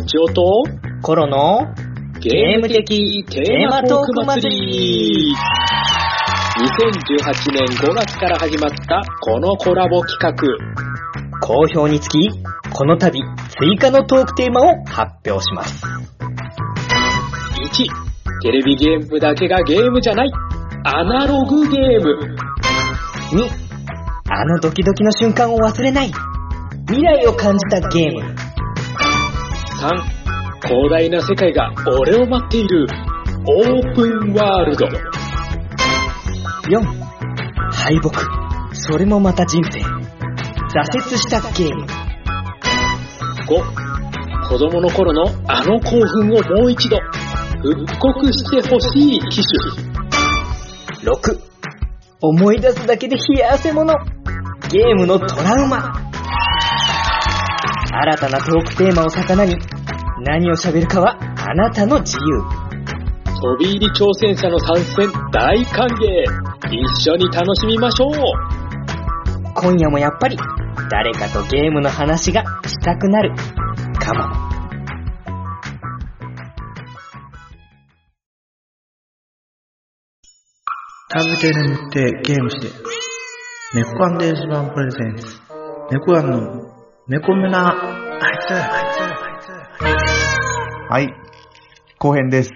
ちおとコロのゲーム的テーマトーク祭り。2018年5月から始まったこのコラボ企画。 好評につき、この度追加のトークテーマを発表します。 1、テレビゲームだけがゲームじゃない、アナログゲーム。 2、あのドキドキの瞬間を忘れない、未来を感じたゲーム。 3、広大な世界が俺を待っている、オープンワールド。 4、敗北、それもまた人生、挫折したゲーム。 5、子供の頃のあの興奮をもう一度復刻してほしい機種。 6、思い出すだけで冷や汗もの、ゲームのトラウマ。新たなトークテーマを魚に、何を喋るかはあなたの自由。 飛び入り挑戦者の参戦大歓迎。一緒に楽しみましょう。 今夜もやっぱり誰かとゲームの話がしたくなるかも。 タン付けに塗ってゲームして、猫アンデージ版プレゼンツ、猫アンの猫目なあいつ。 はい、後編です。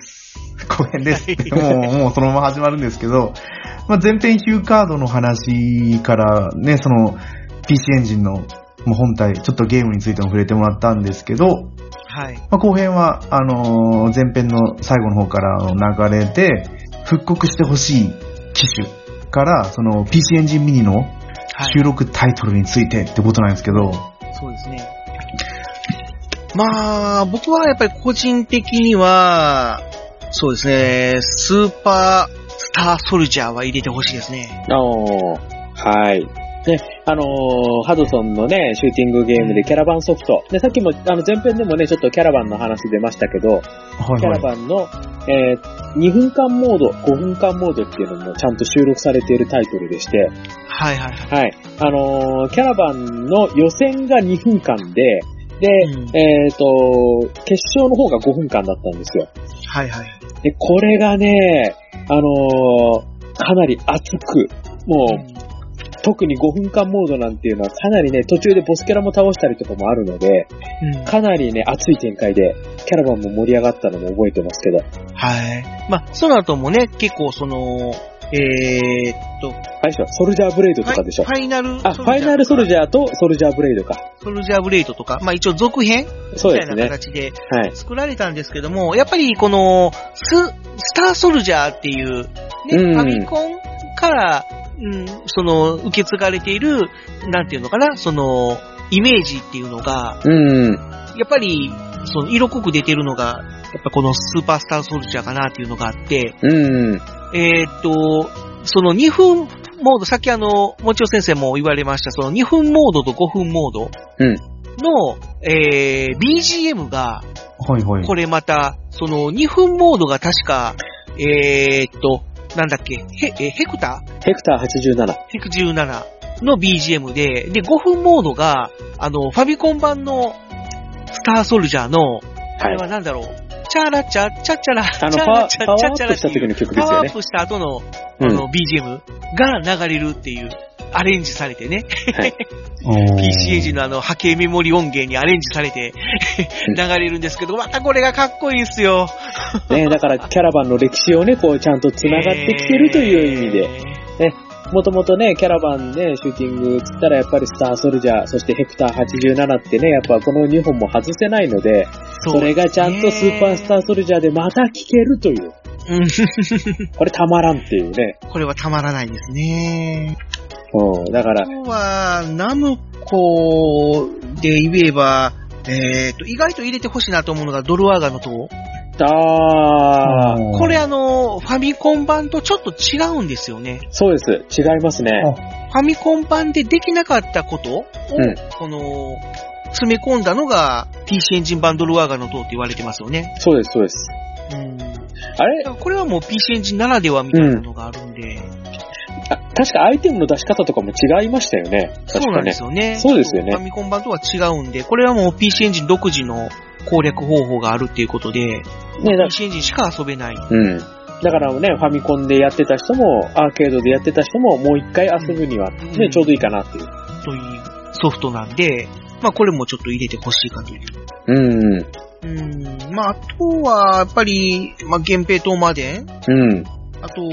もうそのまま始まるんですけど、前編ヒューカードの話からね、その PC エンジンのもう本体、ちょっとゲームについても触れてもらったんですけど、 はい。 後編は前編の最後の方からの流れで復刻してほしい機種からその PC エンジンミニの収録タイトルについてってことなんですけど、 そうですね。僕はやっぱり個人的には、そうですね、スーパースターソルジャーは入れてほしいですね。 はい。ね、ハドソンのね、シューティングゲームでキャラバンソフト。で、さっきも前編でもね、ちょっとキャラバンの話出ましたけど、キャラバンの、2分間モード、5分間モードっていうのもちゃんと収録されているタイトルでして、 はい。 キャラバンの予選が2分間で、決勝の方が5分間だったんですよ。 はい。 で、これがね、かなり熱く、もう、特に5分間モードなんていうのはかなりね、途中でボスキャラも倒したりとかもあるので、かなりね、熱い展開で、キャラバンも盛り上がったのも覚えてますけど。 はい。その後もね、結構あれでしょ、ソルジャーブレイドとかでしょ。 ファイナルソルジャーとソルジャーブレイドか。 ソルジャーブレイドとか、一応続編みたいな形で作られたんですけども、やっぱりこのスターソルジャーっていう、ね、ファミコンから、受け継がれている、なんていうのかな、イメージっていうのが、やっぱり、色濃く出てるのが、やっぱこのスーパースターソルジャーかなっていうのがあって、2分モード、さっきもちお先生も言われました、2分モードと5分モードの、BGM が、これまた、2分モードが確か、なんだっけ、ヘクター87の BGM で、5分モードが、ファミコン版のスターソルジャーの、あれはなんだろう、チャラチャチャチャラ、 パワーアップした時の曲ですよね。 パワーアップした後の、BGM が流れるっていう、アレンジされてね。PC エンジンの波形メモリ音源にアレンジされて流れるんですけど、またこれがかっこいいですよ。 ね、だからキャラバンの歴史をね、こうちゃんと繋がってきてるという意味で、ね、もともとね、キャラバンね、シューティングつったらやっぱりスターソルジャー、そしてヘクター87ってね、やっぱこの2本も外せないので、それがちゃんとスーパースターソルジャーでまた聴けるという。これたまらんっていうね。 これはたまらないですね。 だから。 あとは、ナムコで言えば、意外と入れてほしいなと思うのがドルワーガの塔。これファミコン版とちょっと違うんですよね。 そうです。違いますね。 ファミコン版でできなかったことを、詰め込んだのが PC エンジン版ドルワーガの塔って言われてますよね。 そうです。あれこれはもう PC エンジンならではみたいなのがあるんで。 確かアイテムの出し方とかも違いましたよね。 そうなんですよね。 そうですよね。 ファミコン版とは違うんで、これはもう PC エンジン独自の攻略方法があるっていうことで、PC エンジンしか遊べない。 うん。だからね、ファミコンでやってた人も、アーケードでやってた人も、もう一回遊ぶには、ね、ちょうどいいかなっていう。 というソフトなんで、まあこれもちょっと入れてほしいかという。まああとは、やっぱり、まあ源平島まで。あと、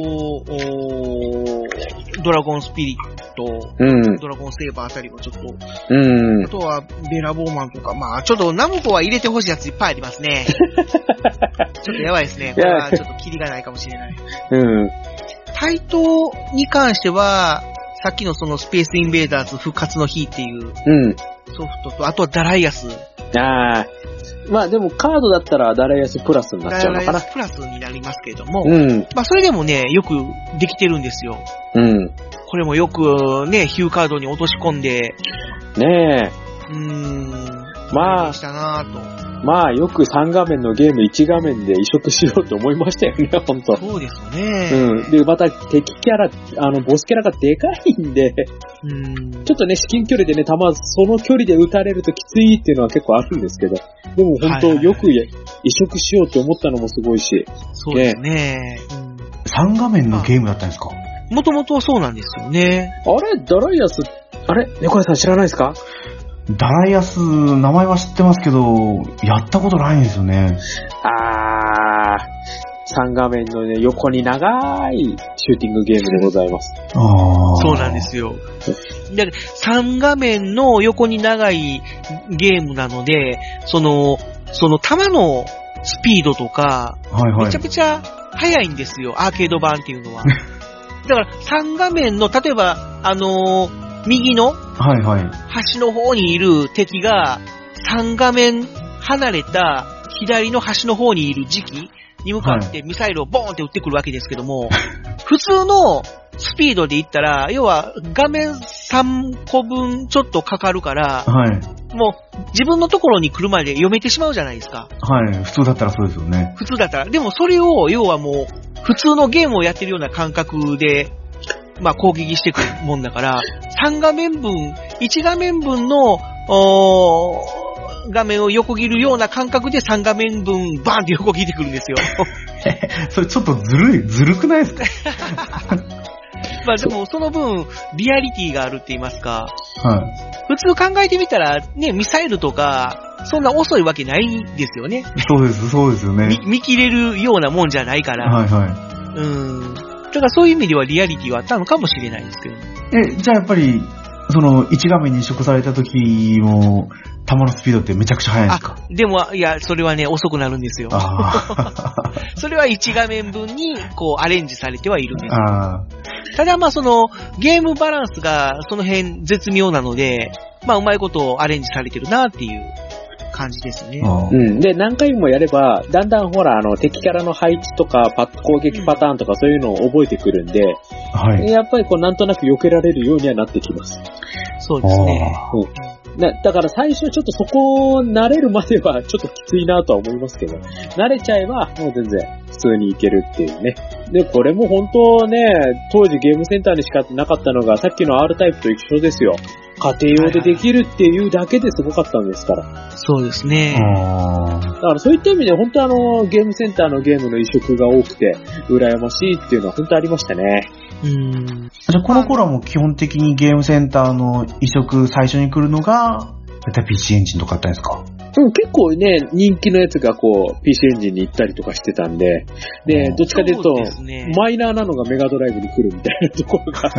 ドラゴンスピリット、ドラゴンセーバーあたりもちょっと、あとはベラボーマンとか、まあちょっとナムコは入れてほしいやついっぱいありますね。ちょっとやばいですね。これはちょっとキリがないかもしれない。対等に関しては、さっきのそのスペースインベーダーズ復活の日っていうソフトと、あとはダライアス。 まあでもカードだったらダライアスプラスになっちゃうのかな。 ダライアスプラスになりますけれども、まあそれでもね、よくできてるんですよ。これもよくね、ヒューカードに落とし込んで。 ねえ。まあ、 したなぁと。 まあよく3画面のゲーム1画面で移植しようと思いましたよね、ほんと。 そうですね。 で、また敵キャラ、ボスキャラがでかいんで、ちょっとね、至近距離でね、その距離で撃たれるときついっていうのは結構あるんですけど、でも本当よく移植しようと思ったのもすごいし。 そうですね。 3画面のゲームだったんですか？ もともとそうなんですよね。 あれダライアス、猫屋さん知らないですか？ ダライアス、名前は知ってますけど、やったことないんですよね。 3画面のね、横に長いシューティングゲームでございます。 そうなんですよ。で、3画面の横に長いゲームなので、その弾のスピードとか、めちゃくちゃ速いんですよ、アーケード版っていうのは。だから3画面の、例えば、右の端の方にいる敵が3画面離れた左の端の方にいる時期に向かってミサイルをボーンって撃ってくるわけですけども、普通のスピードで言ったら、要は画面3個分ちょっとかかるから、もう自分のところに来るまで読めてしまうじゃないですか。 普通だったらそうですよね。 普通だったら。でもそれを要はもう普通のゲームをやってるような感覚で、まあ攻撃してくるもんだから、3画面分、1画面分の、画面を横切るような感覚で3画面分バーンって横切ってくるんですよ。 それちょっとずるくないですか？ まあでもその分、リアリティがあるって言いますか。普通考えてみたら、ね、ミサイルとか、そんな遅いわけないですよね。 そうですよね。 見切れるようなもんじゃないから。だからそういう意味ではリアリティはあったのかもしれないですけど。 じゃあやっぱり、その1画面に移植された時も、弾のスピードってめちゃくちゃ速いんですか？ でも、いや、それはね、遅くなるんですよ。それは1画面分に、こう、アレンジされてはいるんですよ。ただ、まあ、その、ゲームバランスが、その辺絶妙なので、まあ、うまいことアレンジされてるなっていう感じですね。 で、何回もやれば、だんだんほら、敵キャラの配置とか、攻撃パターンとかそういうのを覚えてくるんで、やっぱりこう、なんとなく避けられるようにはなってきます。 そうですね。 だから最初ちょっとそこ慣れるまではちょっときついなとは思いますけど、慣れちゃえばもう全然普通にいけるっていうね。で、これも本当ね、当時ゲームセンターにしかなかったのがさっきの R タイプと一緒ですよ。家庭用でできるっていうだけですごかったんですから。 そうですね。 だからそういった意味で本当ゲームセンターのゲームの移植が多くて羨ましいっていうのは本当ありましたね。 じゃあこの頃はもう基本的にゲームセンターの移植最初に来るのが、PC エンジンとかあったんですか？ 結構ね、人気のやつがこう、PC エンジンに行ったりとかしてたんで、で、どっちかというと、マイナーなのがメガドライブに来るみたいなところが。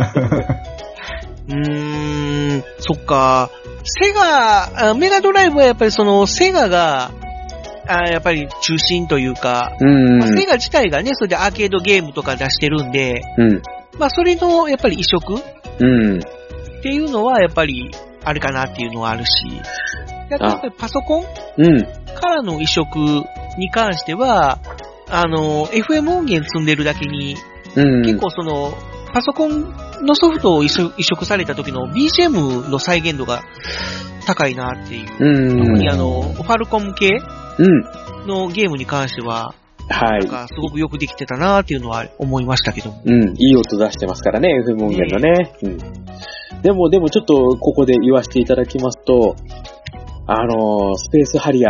そっか。メガドライブはやっぱりその、セガが、やっぱり中心というか、セガ自体がね、それでアーケードゲームとか出してるんで、まあそれのやっぱり移植っていうのはやっぱりあるかなっていうのはあるし、やっぱりパソコンからの移植に関しては、FM 音源積んでるだけに、結構その、パソコンのソフトを移植された時の BGM の再現度が高いなっていう。特にファルコム系のゲームに関しては、なんかすごくよくできてたなっていうのは思いましたけども。 いい音出してますからね、FM 音源のね。でもちょっとここで言わせていただきますと、スペースハリアー、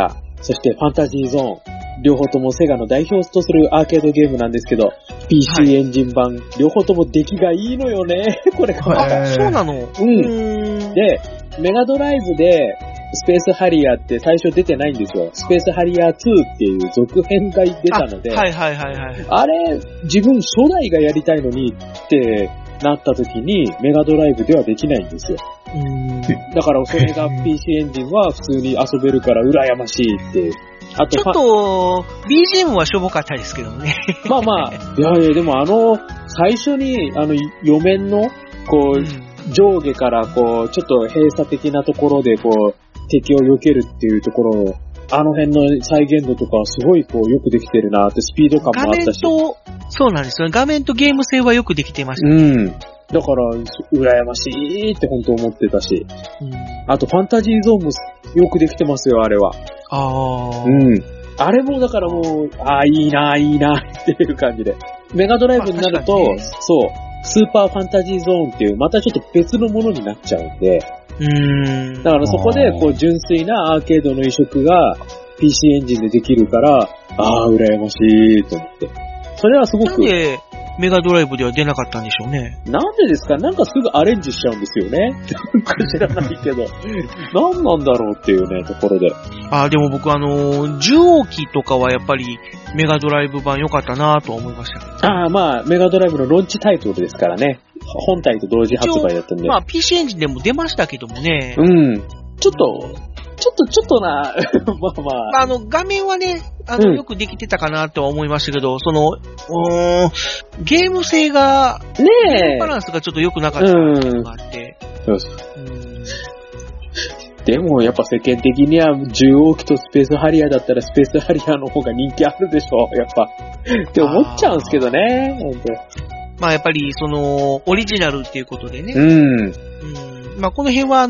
そしてファンタジーゾーン。両方ともセガの代表とするアーケードゲームなんですけど、PC エンジン版、両方とも出来がいいのよね。これが。そうなの？ で、メガドライブで、スペースハリアーって最初出てないんですよ。スペースハリアー2っていう続編が出たので、あれ、自分初代がやりたいのにってなった時に、メガドライブではできないんですよ。だからそれが PC エンジンは普通に遊べるから羨ましいって。 あとちょっと、BGM はしょぼかったですけどね。 まあまあ、いや、でも最初に、4面の、上下からちょっと閉鎖的なところで、敵を避けるっていうところ、あの辺の再現度とかすごいよくできてるなって、スピード感もあったし。 そうなんですよね。画面とゲーム性はよくできてましたね。だから、羨ましいって本当思ってたし。あと、ファンタジーゾーンもよくできてますよ、あれは。あれもだからもう、いいなっていう感じで。メガドライブになると、そう、スーパーファンタジーゾーンっていう、またちょっと別のものになっちゃうんで。だからそこで、純粋なアーケードの移植が PC エンジンでできるから、羨ましいと思って。それはすごく。 なんでメガドライブでは出なかったんでしょうね。 なんでですか？なんかすぐアレンジしちゃうんですよね。なんか知らないけど。何なんだろうっていうね、ところで。 でも僕重王機とかはやっぱりメガドライブ版良かったなと思いましたけど。 まあ、メガドライブのローンチタイトルですからね。本体と同時発売だったんで。 PC エンジンでも出ましたけどもね。 ちょっとな、まあ。 画面はね、よくできてたかなとは思いましたけど、ゲーム性が、バランスがちょっと良くなかったのがあって。 でもやっぱ世間的には重王機とスペースハリアーだったらスペースハリアーの方が人気あるでしょ、やっぱ。って思っちゃうんですけどね、本当。 やっぱりオリジナルっていうことでね。この辺は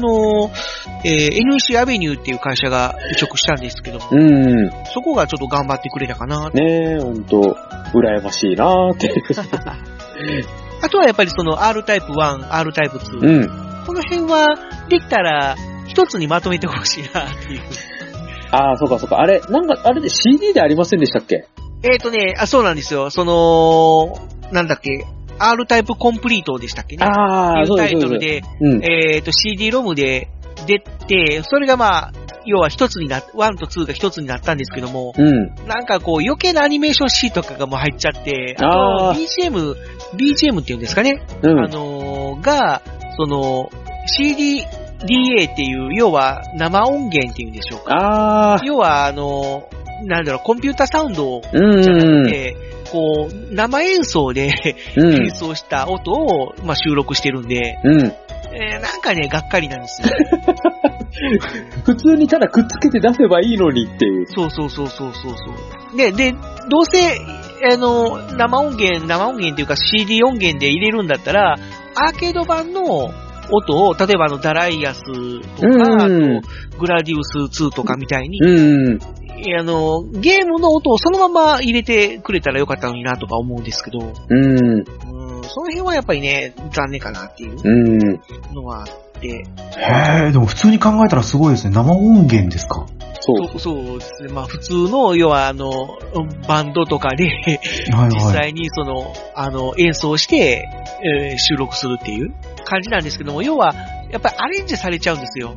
NEC アベニューっていう会社が移植したんですけども、そこがちょっと頑張ってくれたかな。 ねえ、ほんと、羨ましいなーって。 あとはやっぱりR タイプ1、R タイプ2。この辺はできたら一つにまとめてほしいなっていう。 そうかそうか。あれで CD でありませんでしたっけ？ そうなんですよ。なんだっけ。R タイプコンプリートでしたっけね。いうタイトルで、CD ロムで出て、それが要は一つに1と2が一つになったんですけども、なんか余計なアニメーションシートとかがもう入っちゃって、あと BGM っていうんですかね。が、CDDA っていう、要は生音源っていうんでしょうか。要はコンピュータサウンドじゃなくて、生演奏で演奏した音を、収録してるんで、なんかね、がっかりなんですよ。 普通にただくっつけて出せばいいのにっていう。 そう。で、どうせ、生音源っていうか CD 音源で入れるんだったら、アーケード版の音を、例えばダライアスとか、あとグラディウス2とかみたいに、ゲームの音をそのまま入れてくれたらよかったのになとか思うんですけど、その辺はやっぱりね、残念かなっていうのがあって。 でも普通に考えたらすごいですね。生音源ですか？ そうですね。普通の、要はバンドとかで、実際に演奏して、収録するっていう感じなんですけども、要は、やっぱりアレンジされちゃうんですよ。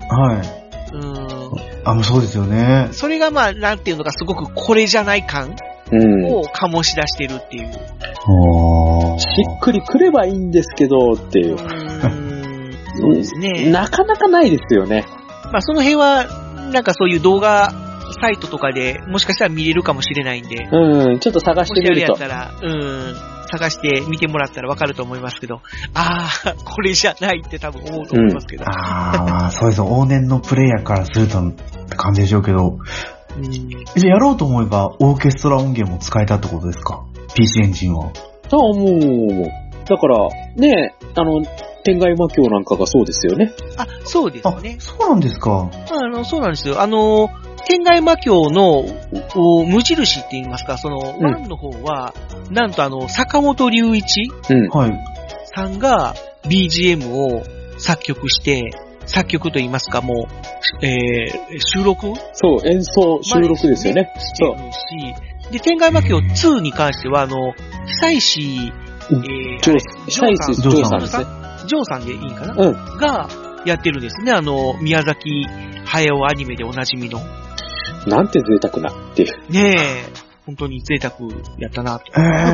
そうですよね。 それがなんていうのか、すごくこれじゃない感を醸し出してるっていう。 しっくりくればいいんですけどっていう。 そうですね。 なかなかないですよね。 その辺は、なんかそういう動画サイトとかでもしかしたら見れるかもしれないんで。 ちょっと探してみると。 もしあれやったら、探して見てもらったらわかると思いますけど、これじゃないって多分思うと思いますけど。 そうです。往年のプレイヤーからするとって感じでしょうけど、じゃあやろうと思えばオーケストラ音源も使えたってことですか？ PC エンジンは。 だから、ね、天外魔境なんかがそうですよね。 そうですね。 そうなんですか。 そうなんですよ。天外魔境の無印って言いますか、1の方は、なんと坂本龍一さんが BGM を作曲して、 作曲といいますか、もう、収録そう、演奏、収録ですよね。 そう。で、天外魔境2に関しては、久石、 久石ジョーさんですね。 ジョーさんでいいかな、 うん、 が、やってるんですね。宮崎駿アニメでおなじみの。 なんて贅沢なっていう。 ねえ、本当に贅沢やったなと。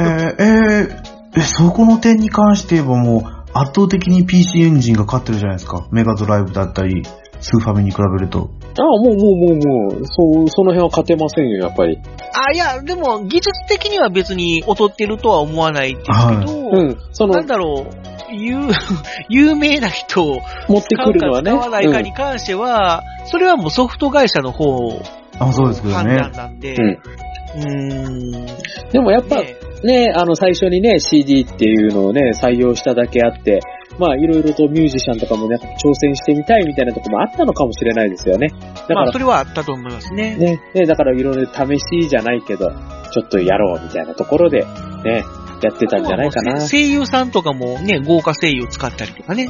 そこの点に関して言えばもう、圧倒的に PC エンジンが勝ってるじゃないですか。メガドライブだったり、スーファミに比べると。 もう、その辺は勝てませんよ、やっぱり。 いや、でも、技術的には別に劣ってるとは思わないですけど、なんだろう、有名な人を持ってくるのはね。 使わないかに関しては、それはもうソフト会社の方、 そうですけどね。 判断なんで。 でもやっぱ、ね、最初にね、CD っていうのをね、採用しただけあって、まあ、いろいろとミュージシャンとかもね、挑戦してみたいみたいなところもあったのかもしれないですよね。だから、 それはあったと思いますね。 ね、だからいろいろ試しじゃないけど、ちょっとやろうみたいなところで、ね、やってたんじゃないかな。 声優さんとかもね、豪華声優使ったりとかね。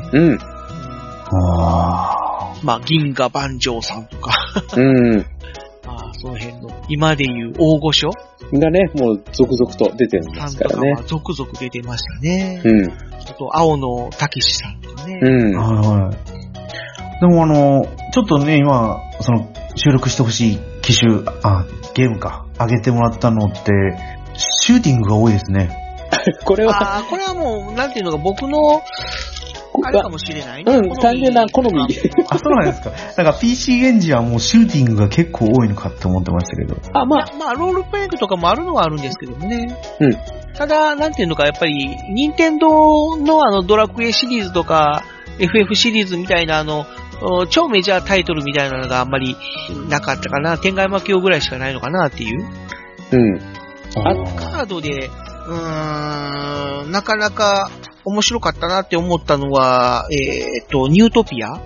まあ、銀河万丈さんとか。その辺の、今でいう大御所がね、もう続々と出てるんですからね。 続々出てましたね。あと、青野武さんとかね。 でもちょっとね、今、収録してほしい機種、ゲームか、上げてもらったのって、シューティングが多いですね。 これはもう、なんていうのか、僕の、あれかもしれないね。 単純な好み。 そうなんですか。なんか PC エンジンはもうシューティングが結構多いのかって思ってましたけど。 まあ、ロールプレイングとかもあるのはあるんですけどもね。ただ、なんていうのか、やっぱり、任天堂のドラクエシリーズとか、FF シリーズみたいな超メジャータイトルみたいなのがあんまりなかったかな。天外魔境ぐらいしかないのかなっていう。カードで、なかなか面白かったなって思ったのは、ニュートピア？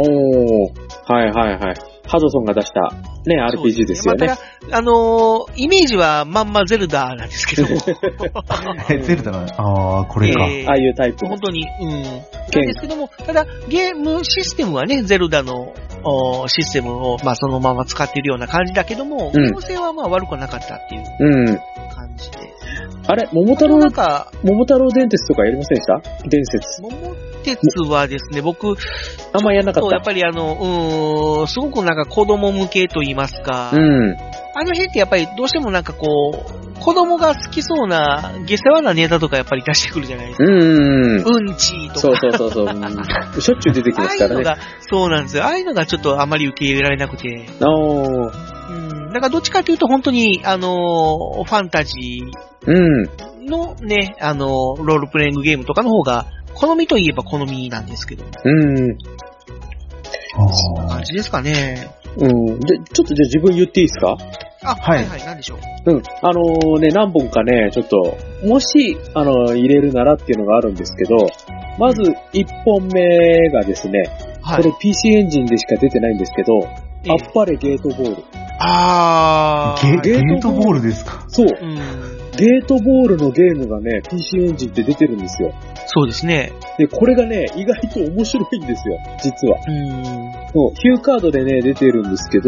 ハドソンが出したね、RPG ですよね。 イメージはまんまゼルダなんですけども。 ゼルダなこれか。 ああいうタイプ。 本当に、なんですけども、ただ、ゲームシステムはね、ゼルダのシステムを、そのまま使っているような感じだけども、ゲーム性は悪くなかったっていう感じで。 あれ、桃太郎電鉄とかやりませんでした？伝説。 桃鉄はですね、僕、 あんまやんなかった。 やっぱりすごくなんか子供向けと言いますか、あの辺ってやっぱりどうしてもなんかこう、子供が好きそうな下世話なネタとかやっぱり出してくるじゃないですか。うんちとか。 そう。しょっちゅう出てきますからね。 そうなんですよ。ああいうのがちょっとあまり受け入れられなくて。だからどっちかというと本当に、ファンタジーのね、ロールプレイングゲームとかの方が、好みといえば好みなんですけど。そんな感じですかね。 ちょっとじゃあ自分言っていいですか？ はい、何でしょう。何本かね、ちょっと、もし、入れるならっていうのがあるんですけど、まず1本目がですね、これ PC エンジンでしか出てないんですけど、あっぱれゲートボール。 ゲートボールですか？ そう。ゲートボールのゲームがね、PC エンジンって出てるんですよ。 そうですね。 で、これがね、意外と面白いんですよ、実は。ヒューカードでね、出てるんですけど、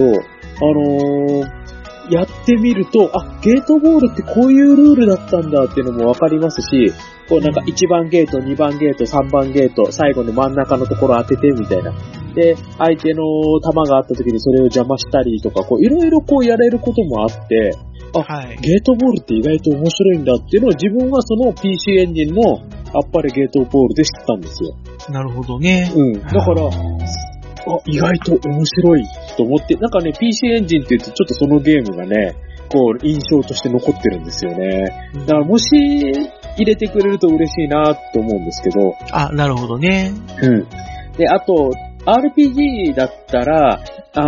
やってみると、ゲートボールってこういうルールだったんだっていうのもわかりますし、こうなんか1番ゲート、2番ゲート、3番ゲート、最後の真ん中のところ当ててみたいな。で、相手の球があった時にそれを邪魔したりとか、こういろいろこうやれることもあって、ゲートボールって意外と面白いんだっていうのを自分はその PC エンジンのあっぱれゲートボールで知ったんですよ。 なるほどね。 だから、意外と面白いと思って、なんかね、PC エンジンって言うとちょっとそのゲームがね、こう印象として残ってるんですよね。だからもし入れてくれると嬉しいなと思うんですけど。 なるほどね。 で、あと、RPG だったら、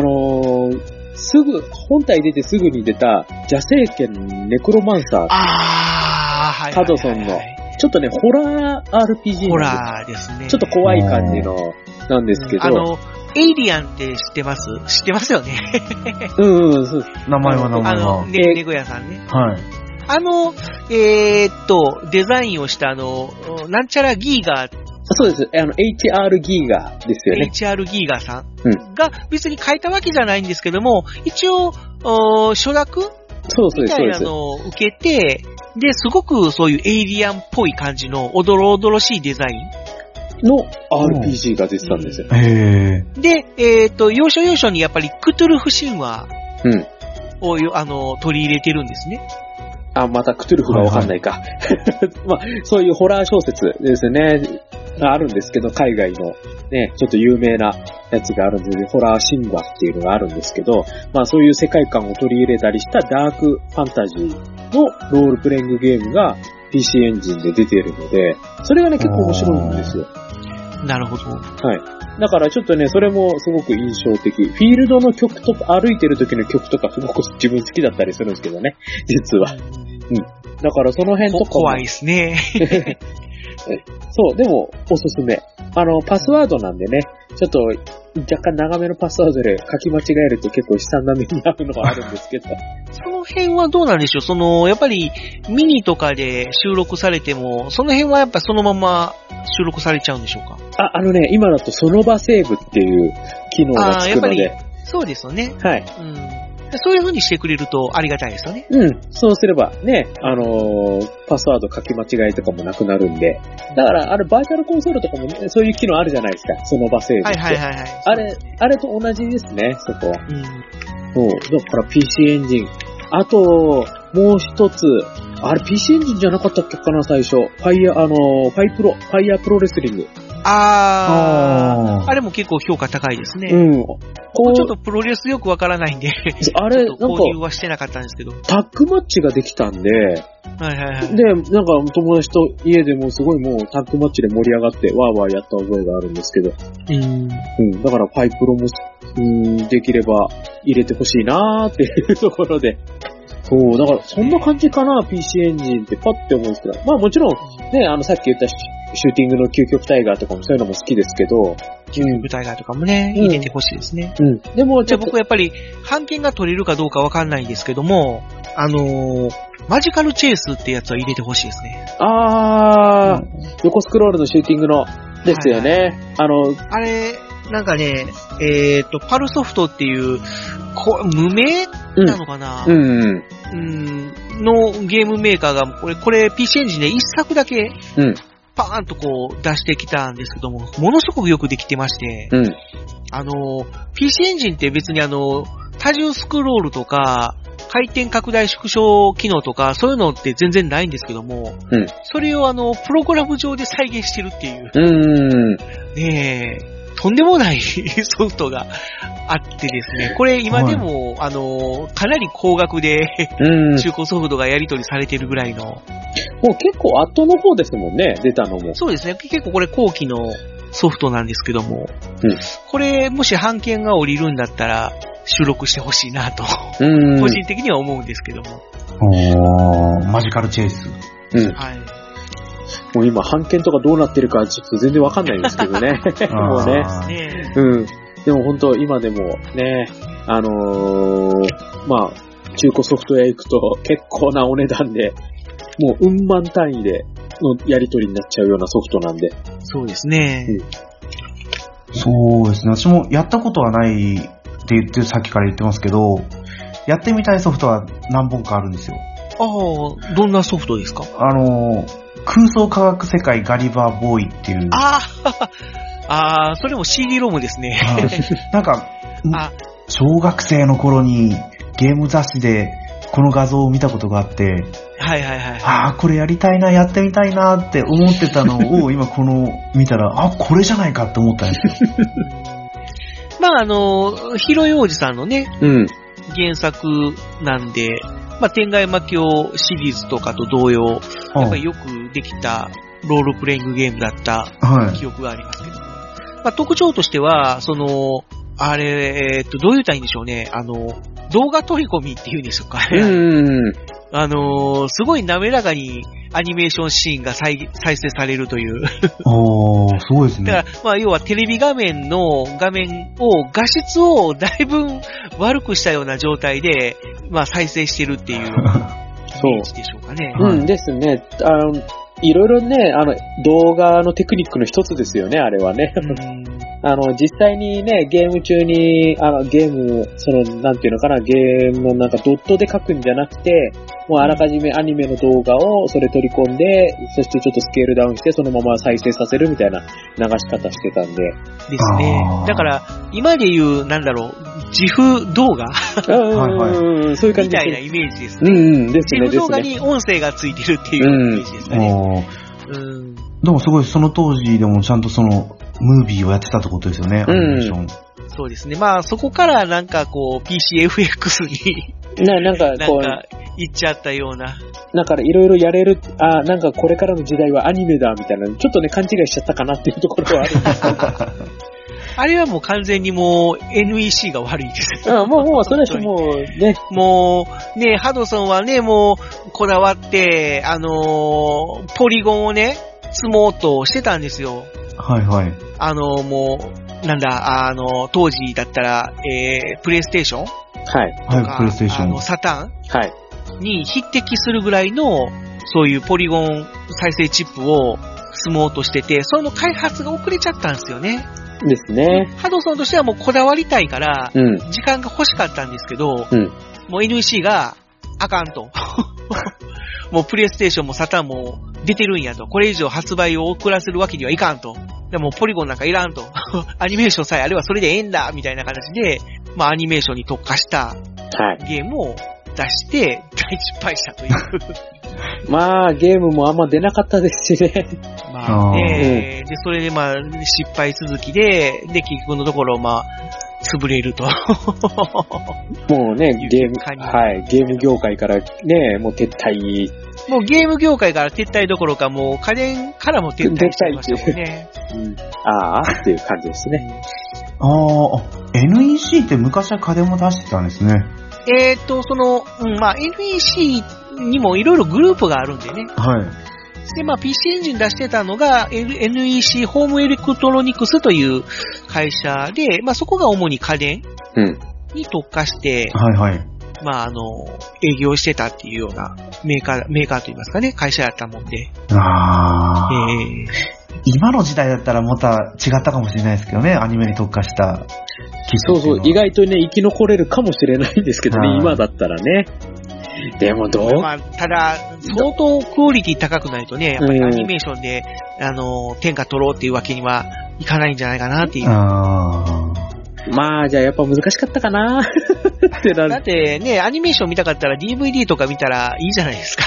本体出てすぐに出た、邪聖剣ネクロマンサー。ハドソンの。ちょっとね、ホラー RPG ホラーですね。 ちょっと怖い感じの、なんですけど。 エイリアンって知ってますよね。 そうです。 名前は。 ネゴヤさんね。 はい。 デザインをしたなんちゃらギーガーそうです。HR ギーガーですよね。 HR ギーガーさんが別に書いたわけじゃないんですけども、一応、承諾みたいなのを受けて、で、すごくそういうエイリアンっぽい感じのおどろおどろしいデザインの RPG が出てたんですよ。 で、要所要所にやっぱりクトゥルフ神話を、取り入れてるんですね。 またクトゥルフがわかんないか。まあ、そういうホラー小説ですね。あるんですけど、海外のね、ちょっと有名なやつがあるんで、ホラー神話っていうのがあるんですけど、まあそういう世界観を取り入れたりしたダークファンタジーのロールプレイングゲームが PC エンジンで出ているので、それがね、結構面白いんですよ。 なるほど。 はい。だからちょっとね、それもすごく印象的。フィールドの曲とか、歩いてる時の曲とかすごく自分好きだったりするんですけどね、実は。うん。だからその辺とか怖いですね。 そう、でも、おすすめ。パスワードなんでね、ちょっと、若干長めのパスワードで書き間違えると結構悲惨な目に遭うのがあるんですけど。 その辺はどうなんでしょう？やっぱり、ミニとかで収録されても、その辺はやっぱそのまま収録されちゃうんでしょうか？ 今だとその場セーブっていう機能がつくので。 やっぱり、そうですよね。 はい。 そういう風にしてくれるとありがたいですよね。 そうすればね、パスワード書き間違いとかもなくなるんで。だから、バーチャルコンソールとかもね、そういう機能あるじゃないですか。その場セーブって。あれと同じですね、そこは。そう。だから PC エンジン。あと、もう一つ。PC エンジンじゃなかったっけかな、最初。ファイヤープロレスリング。 あれも結構評価高いですね。ちょっとプロレスよくわからないんで、購入はしてなかったんですけど。 タッグマッチができたんで、で、なんか友達と家でもすごいもうタッグマッチで盛り上がってワーワーやった覚えがあるんですけど。だからファイプロも、できれば入れてほしいなーっていうところで。そう、だからそんな感じかな、PC エンジンってパッて思うんですけど。まあもちろん、ね、さっき言ったシューティングの究極タイガーとかもそういうのも好きですけど。 究極タイガーとかもね、入れてほしいですね。 でもじゃあ僕やっぱり、版権が取れるかどうかわかんないんですけども、マジカルチェイスってやつは入れてほしいですね。 横スクロールのシューティングの、ですよね。 あれ、なんかね、パルソフトっていう、無名なのかな、のゲームメーカーが、これ PC エンジンで一作だけ、パーンとこう出してきたんですけども、ものすごくよくできてまして、PC エンジンって別に多重スクロールとか、回転拡大縮小機能とか、そういうのって全然ないんですけども、それをプログラム上で再現してるっていう。とんでもないソフトがあってですね、これ今でも、かなり高額で中古ソフトがやり取りされてるぐらいの。もう結構後の方ですもんね、出たのも。 そうですね、結構これ後期のソフトなんですけども、これもし版権が降りるんだったら収録してほしいなと、個人的には思うんですけども。 マジカルチェイス。 はい。 もう今、版権とかどうなってるかちょっと全然わかんないんですけどね。もうね。でも本当、今でもね、まあ、中古ソフト屋行くと結構なお値段で、もううん万単位でのやり取りになっちゃうようなソフトなんで。 そうですね。 そうですね。私もやったことはないって言って、さっきから言ってますけど、やってみたいソフトは何本かあるんですよ。 どんなソフトですか？ 空想科学世界ガリバーボーイっていう。 それも CD ロムですね。 なんか、小学生の頃にゲーム雑誌でこの画像を見たことがあって、これやりたいな、やってみたいなって思ってたのを今見たら、これじゃないかって思ったんですよ。 まあヒロヨウジさんのね、原作なんで、まあ、天外魔境シリーズとかと同様、やっぱりよくできたロールプレイングゲームだった記憶がありますけど、まあ、特徴としては、どう言ったらいいんでしょうね、動画取り込みっていうんでしょうかね。すごい滑らかにアニメーションシーンが再生されるという。 すごいですね。 だから、まあ、要はテレビ画面を、画質をだいぶ悪くしたような状態で、まあ、再生してるっていうイメージでしょうかね。 ですね。 いろいろね、動画のテクニックの一つですよね、あれはね。実際にね、ゲーム中に、なんていうのかな、ゲームのなんかドットで書くんじゃなくて、もうあらかじめアニメの動画をそれ取り込んで、そしてちょっとスケールダウンして、そのまま再生させるみたいな流し方してたんで。 ですね。だから、今で言う、自負動画そういう感じみたいなイメージですね。ですね。自負動画に音声がついてるっていうイメージですかね。 でもすごい、その当時でもちゃんとムービーをやってたってことですよね、アニメーション。 そうですね。まあ、そこからPCFX になんか行っちゃったような。 だからいろいろやれる、なんかこれからの時代はアニメだみたいな、ちょっとね、勘違いしちゃったかなっていうところはあるんですけど。 あれはもう完全にもう NEC が悪いです。 もうそれはもうね。 もうね、ハドソンはね、もうこだわって、ポリゴンをね、積もうとしてたんですよ。 はいはい。 もう、当時だったら、プレイステーションはい。 はい、プレイステーション。 サターンはい。 に匹敵するぐらいの、そういうポリゴン再生チップを積もうとしてて、その開発が遅れちゃったんですよね。 ですね。 ハドソンとしてはもうこだわりたいから、時間が欲しかったんですけど、もう NEC があかんと。もうプレイステーションもサターンも出てるんやと。これ以上発売を遅らせるわけにはいかんと。でもポリゴンなんかいらんと。アニメーションさえあればそれでええんだみたいな形で、まあアニメーションに特化したゲームを出して大失敗したという。 まあゲームもあんま出なかったですしね。 まあね、で、それでまあ失敗続きで、結局のところまあ、潰れると。 もうね、ゲーム業界からね、もう撤退。 もうゲーム業界から撤退どころか、もう家電からも撤退してましたもんね。 っていう感じですね。 NEC って昔は家電も出してたんですね。 まあ NEC にもいろいろグループがあるんでね。 はい。 で、まあ PC エンジン出してたのが NEC ホームエレクトロニクスという会社で、まあそこが主に家電に特化して、 はいはい。 まあ営業してたっていうようなメーカーといいますかね、会社やったもんで。 今の時代だったらまた違ったかもしれないですけどね、アニメに特化したそうそう、意外とね、生き残れるかもしれないんですけどね、今だったらね。でもまあ、 ただ、相当クオリティ高くないとね、やっぱりアニメーションで、天下取ろうっていうわけにはいかないんじゃないかなっていう。 まあ、じゃあやっぱ難しかったかなってなる。 だってね、アニメーション見たかったら DVD とか見たらいいじゃないですか。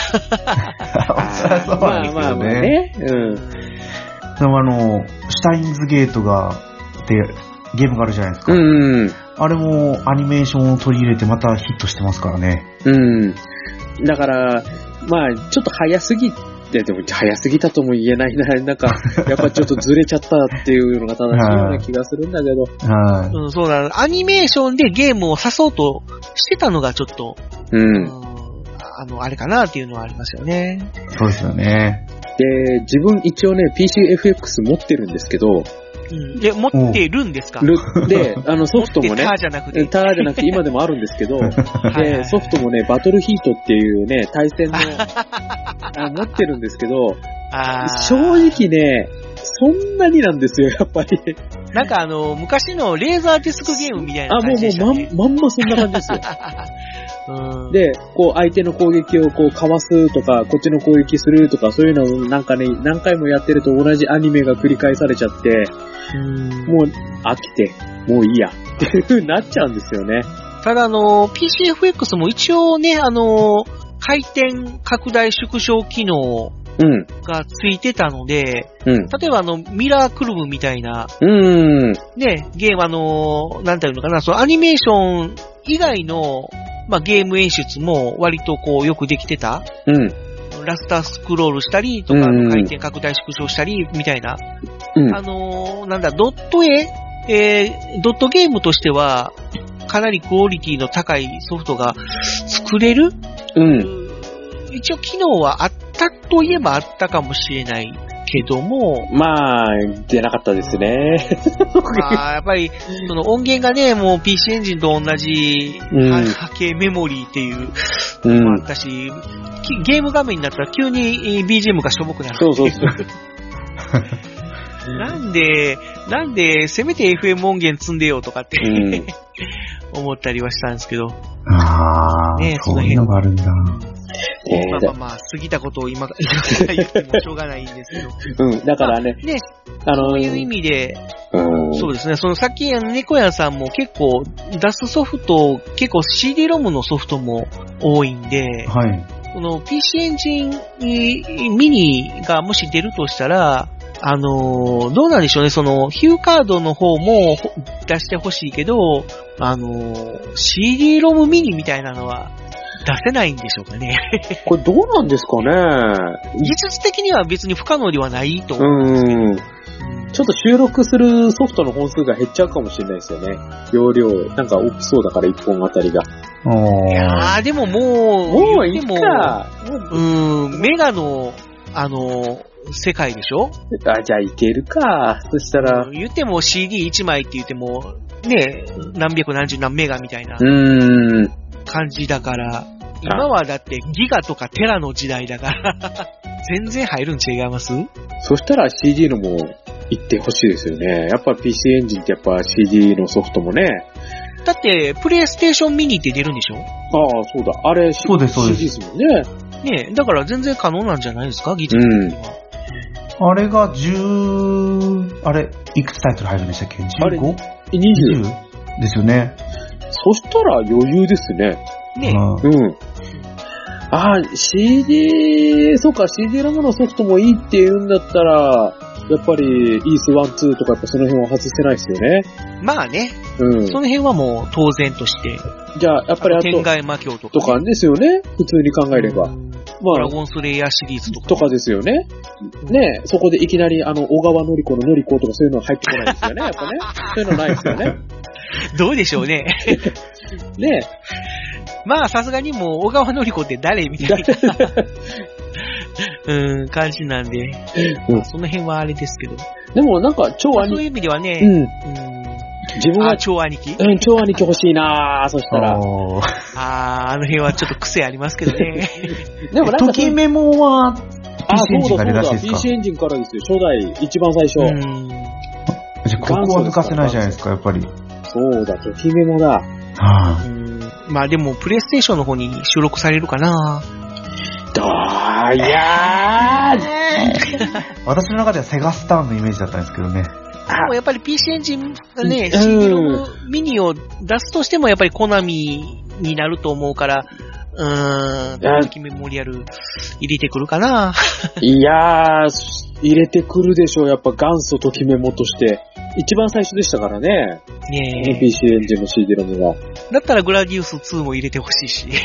まあね。でもシュタインズゲートでゲームがあるじゃないですか。あれもアニメーションを取り入れてまたヒットしてますからね。 だから、まあ、ちょっと早すぎて、でも早すぎたとも言えないな。なんか、やっぱちょっとずれちゃったっていうのが正しいような気がするんだけど。 そうだ、アニメーションでゲームを指そうとしてたのがちょっと、あれかなっていうのはありますよね。 そうですよね。 で、自分一応ね、PCFX 持ってるんですけど、 で、持ってるんですか？ で、ソフトもね、 ターじゃなくて今でもあるんですけど、で、ソフトもね、バトルヒートっていうね、対戦の、持ってるんですけど、正直ね、そんなになんですよ、やっぱり。 なんか昔のレーザーディスクゲームみたいな感じでしたね。 まんまそんな感じですよ。で、こう相手の攻撃をこうかわすとか、こっちの攻撃するとか、そういうのをなんかね、何回もやってると同じアニメが繰り返されちゃって、もう飽きて、もういいやっていう風になっちゃうんですよね。 ただPCFX も一応ね、回転拡大縮小機能がついてたので、例えばミラークルムみたいな、ね、ゲームなんていうのかな、そのアニメーション以外の、まあ、ゲーム演出も割とこうよくできてた。ラスタースクロールしたりとか、回転拡大縮小したりみたいな。ドットゲームとしては、かなりクオリティの高いソフトが作れる。一応機能はあったといえばあったかもしれないけども。 まあ、出なかったですね。 まあ、やっぱり、その音源がね、もう PC エンジンと同じ波形メモリーっていうのもあったし、ゲーム画面になったら急に BGM がしょぼくなる。そう。なんで、せめて FM 音源積んでよとかって、思ったりはしたんですけど。 ね、そういうのがあるんだ。 まあ、過ぎたことを今から言ってもしょうがないんですけど。 だからね。 ね、そういう意味で、そうですね、そのさっき猫屋さんも結構出すソフト、結構 CD-ROM のソフトも多いんで、この PC エンジンミニがもし出るとしたら、どうなんでしょうね、その、ヒューカードの方も出してほしいけど、CD-ROM ミニみたいなのは出せないんでしょうかね。 これどうなんですかね。 技術的には別に不可能ではないと思うんですけど。 ちょっと収録するソフトの本数が減っちゃうかもしれないですよね。容量、なんか大きそうだから1本あたりが。 いやー、でももういいか。 メガの、世界でしょ？ じゃあいけるか。そしたら。 言っても CD1 枚って言っても、ね、何百何十何メガみたいな感じだから、今はだってギガとかテラの時代だから、全然入るん違います？ そしたら CD のも言ってほしいですよね。やっぱ PC エンジンってやっぱ CD のソフトもね。 だって、プレイステーションミニって出るんでしょ？ そうだ。あれ、 そうです、 CD ですもんね。 ね、だから全然可能なんじゃないですか、技術的には。 あれがいくつタイトル入るんでしたっけ？ 15？ 20？ ですよね。 そしたら余裕ですね。 ね。 CD、そうか、CD-ROM のソフトもいいって言うんだったら、やっぱり、イース1、2とかやっぱその辺は外せないですよね。 まあね。その辺はもう当然として。 じゃあ、やっぱり天外魔境とか。 とかですよね。普通に考えれば。 ドラゴンスレイヤーシリーズとか。 とかですよね。ね、そこでいきなり小川のり子ののり子とかそういうの入ってこないですよね。やっぱね。そういうのないですよね。 どうでしょうね。 ねまあ、さすがにもう、小川のり子って誰みたいな感じなんで、その辺はあれですけど。 でもなんか、超兄貴。 そういう意味ではね、 自分は超兄貴超兄貴欲しいなそしたら。 あの辺はちょっと癖ありますけどね。 でもなんか、ときメモは、PC エンジンから出だしですか？ PC エンジンからですよ、初代、一番最初。 じゃあ、ここは抜かせないじゃないですか、やっぱり。 そうだ、ときメモだ。 まあでも、プレイステーションの方に収録されるかな。 いやー私の中ではセガスターンのイメージだったんですけどね。 でもやっぱり PC エンジンがね、CD-ROM ミニを出すとしてもやっぱりコナミになると思うから、ときメモリアル入れてくるかな。 いやー、入れてくるでしょう。やっぱ元祖ときメモとして。一番最初でしたからね。PC エンジンの CD-ROM が。 だったらグラディウス2も入れてほしいし。 で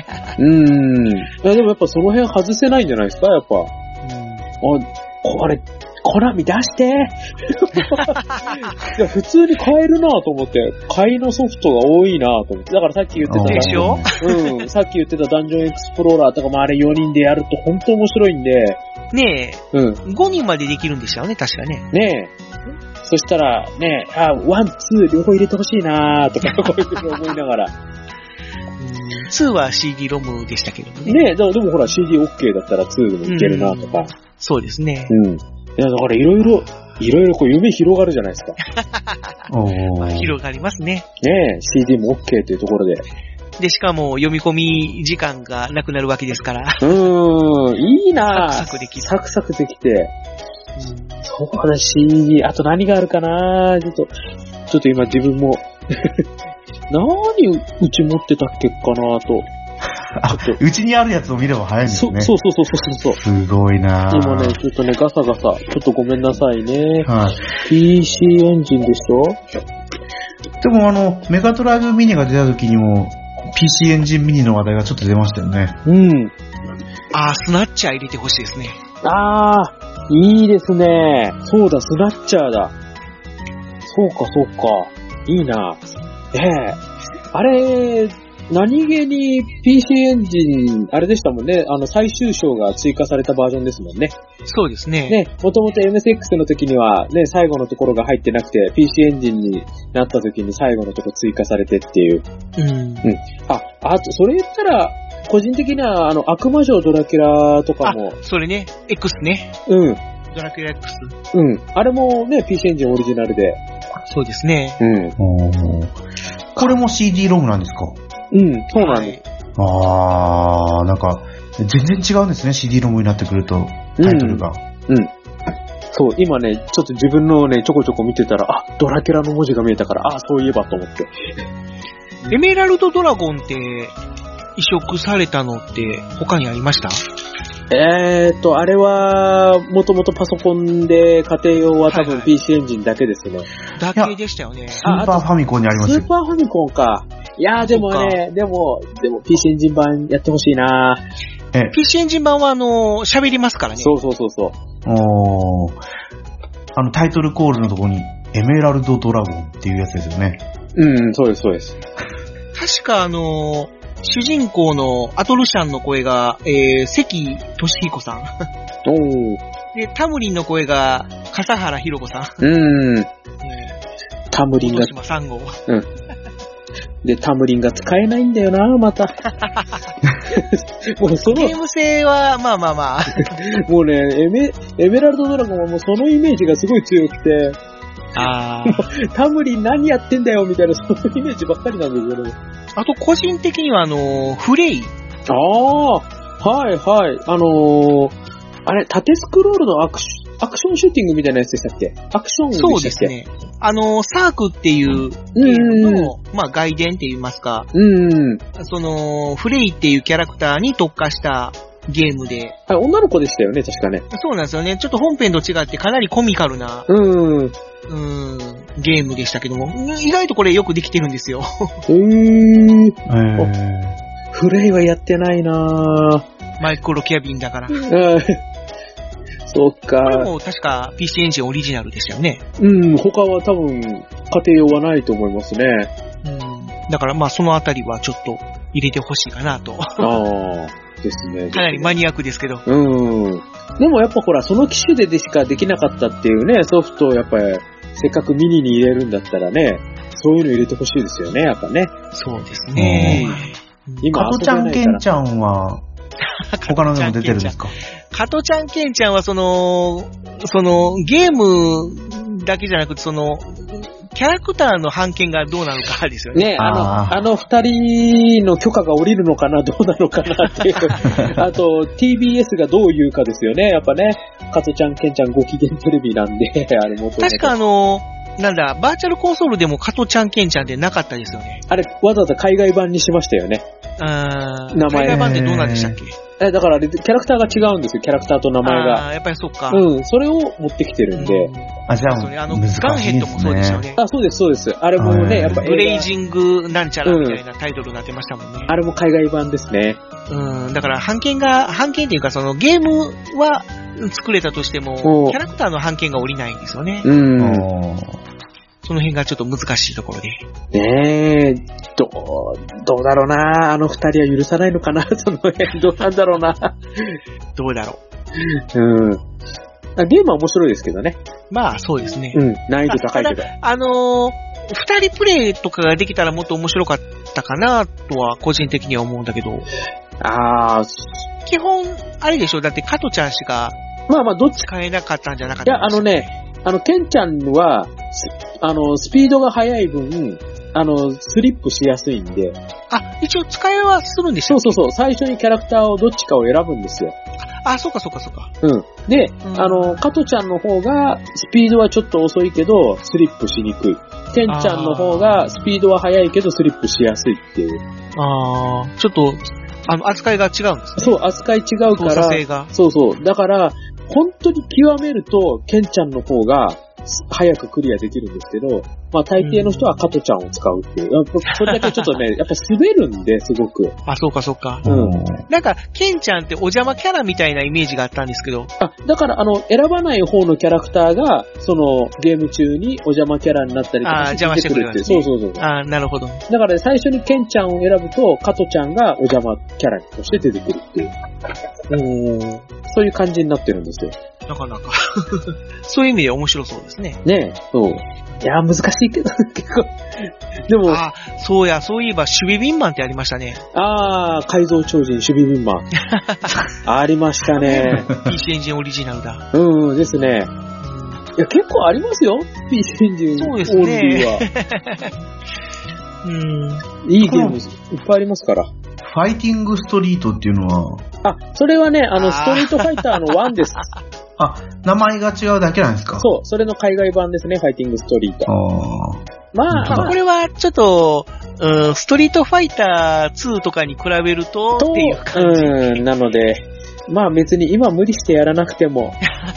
もやっぱその辺外せないんじゃないですか、やっぱ。これ、コナミ出していや、普通に買えるなと思って、買いのソフトが多いなと思って。だからさっき言ってたでしょ？ さっき言ってたダンジョンエクスプローラーとかもあれ4人でやると本当面白いんで。 ねえ。5人までできるんでしたよね、確かね。 ねえ。そしたら、ねえ、1、2両方入れてほしいなとか、こういうふうに思いながら。 2は CD-ROM でしたけどね。 ねえ、でもほら CD-OK だったら2でもいけるなとか。 そうですね。 いや、だからいろいろこう夢広がるじゃないですか。 広がりますね。 ねえ、CD も OK っていうところで。 で、しかも読み込み時間がなくなるわけですから。 いいなサクサクできる。 サクサクできて。そうだ、CD、あと何があるかなちょっと今自分も、何うち持ってたっけかなと。 うちにあるやつを見れば早いんですね。 そう。 すごいな今ね、ちょっとね、ガサガサ。ちょっとごめんなさいね。PC エンジンでしょ？ でもメガドライブミニが出た時にも、PC エンジンミニの話題がちょっと出ましたよね。 スナッチャー入れてほしいですね。 いいですね。そうだ、スナッチャーだ。そうか。いいな。あれ、 何気に PC エンジン、あれでしたもんね、最終章が追加されたバージョンですもんね。 そうですね。 ね、もともと MSX の時にはね、最後のところが入ってなくて、PC エンジンになった時に最後のところ追加されてっていう。うん。あと、それ言ったら、個人的には、悪魔城ドラキュラとかも。 それね、X ね。 うん。 ドラキュラ X。 うん。あれもね、PC エンジンオリジナルで。 そうですね。 うん。 これも CD ロムなんですか？ うん、そうなんです。 なんか、全然違うんですね、CD ロムになってくると、タイトルが。 うん。そう、今ね、ちょっと自分のね、ちょこちょこ見てたら、ドラキュラの文字が見えたから、そういえばと思って。 エメラルドドラゴンって移植されたのって他にありました？ あれは、もともとパソコンで家庭用は多分 PC エンジンだけですね。 だけでしたよね。 スーパーファミコンにありますよ。 スーパーファミコンか。いやーでもね、でも PC エンジン版やってほしいなー。PC エンジン版は喋りますからね。 そう。 タイトルコールのところにエメラルドドラゴンっていうやつですよね。 うん、そうです。 確か主人公のアトルシャンの声が、関俊彦さん。で、タムリンの声が笠原ひろ子さん。 タムリンが。 島3号。 うん。で、タムリンが使えないんだよな、また。もうゲーム性は、まあ。 もうね、エメラルドドラゴンはもうそのイメージがすごい強くて。タムリン何やってんだよみたいな、そのイメージばっかりなんですよね。 あと、個人的にはフレイ。 はい。あれ、縦スクロールのアクションシューティングみたいなやつでしたっけ？アクションでしたっけ？そうですね。 サークっていうゲームの、外伝って言いますか。その、フレイっていうキャラクターに特化したゲームで。 女の子でしたよね、確かね。 そうなんですよね。ちょっと本編と違ってかなりコミカルな、ゲームでしたけども、意外とこれよくできてるんですよ。 フレイはやってないなぁ。 マイクロキャビンだから。 そっか。 これも確か PC エンジンオリジナルでしたよね。 他は多分家庭用はないと思いますね。 だからそのあたりはちょっと入れてほしいかなと。 ですね。 かなりマニアックですけど。 でもやっぱほら、その機種でしかできなかったっていうね、ソフトをやっぱりせっかくミニに入れるんだったらね、そういうの入れてほしいですよね、やっぱね。 そうですね。 今、加トちゃん、ケンちゃんは、他のでも出てるんですか？ 加トちゃん、ケンちゃんはゲームだけじゃなくて、キャラクターの版権がどうなのかですよね。 二人の許可が下りるのかな、どうなのかなっていう。あと、TBS がどう言うかですよね。やっぱね、加トちゃん、ケンちゃんご機嫌テレビなんで、あれも。 確かバーチャルコンソールでも加トちゃん、ケンちゃんでなかったですよね。 あれ、わざわざ海外版にしましたよね。名前。 海外版ってどうなんでしたっけ？ だから、キャラクターが違うんですよ、キャラクターと名前が。 やっぱりそっか。 それを持ってきてるんで。 じゃあ、 ガンヘッドもそうでしたよね。 そうです。あれもね、やっぱブレイジングなんちゃらみたいなタイトルになってましたもんね。 あれも海外版ですね。 だから、版権っていうか、ゲームは作れたとしても、キャラクターの版権が下りないんですよね。その辺がちょっと難しいところで。 どうだろうな、二人は許さないのかな、その辺、どうなんだろうな。 どうだろう。ゲームは面白いですけどね。 そうですね。 難易度高いけど。 二人プレイとかができたらもっと面白かったかな、とは個人的には思うんだけど。基本、あれでしょ、だって加トちゃんしか、 どっち使えなかったんじゃなかったんですか？ケンちゃんは、スピードが速い分、スリップしやすいんで。 一応使いはするんでしょ？ そう。最初にキャラクターをどっちかを選ぶんですよ。 そうか。 で、加トちゃんの方が、スピードはちょっと遅いけど、スリップしにくい。ケンちゃんの方が、スピードは速いけど、スリップしやすいっていう。 ちょっと、扱いが違うんですね。 そう、扱い違うから。 操作性が。 そう。だから、本当に極めると、ケンちゃんの方が、 早くクリアできるんですけど、まあ大抵の人は加トちゃんを使うっていう。それだけちょっとね、やっぱ滑るんで、すごく。 あ、そうかそうか。 うん。 なんか、ケンちゃんってお邪魔キャラみたいなイメージがあったんですけど。 あ、だから選ばない方のキャラクターが、そのゲーム中にお邪魔キャラになったりとかして邪魔してくるって。 そうそうそう。 あ、なるほど。 だから、ね、最初にケンちゃんを選ぶと、加トちゃんがお邪魔キャラとして出てくるっていう。そういう感じになってるんですよ。 なかなか。そういう意味で面白そうですね。 ねえ、そう。いや、難しいけど、結構。でも。 あ、そうや、そういえば、守備ビンマンってありましたね。 ああ、改造超人守備ビンマン。ありましたね。 PC エンジンオリジナルだ。 うん、ですね。いや、結構ありますよ。PC エンジンオリジナルは。いいゲームいっぱいありますから。 ファイティングストリートっていうのはあ、それはね、ストリートファイターの1です。 あ、名前が違うだけなんですか？ そう、それの海外版ですね、ファイティングストリート。まあ、 これはちょっと、ストリートファイター2とかに比べるとっていう感じ。 なので、まあ別に今無理してやらなくても、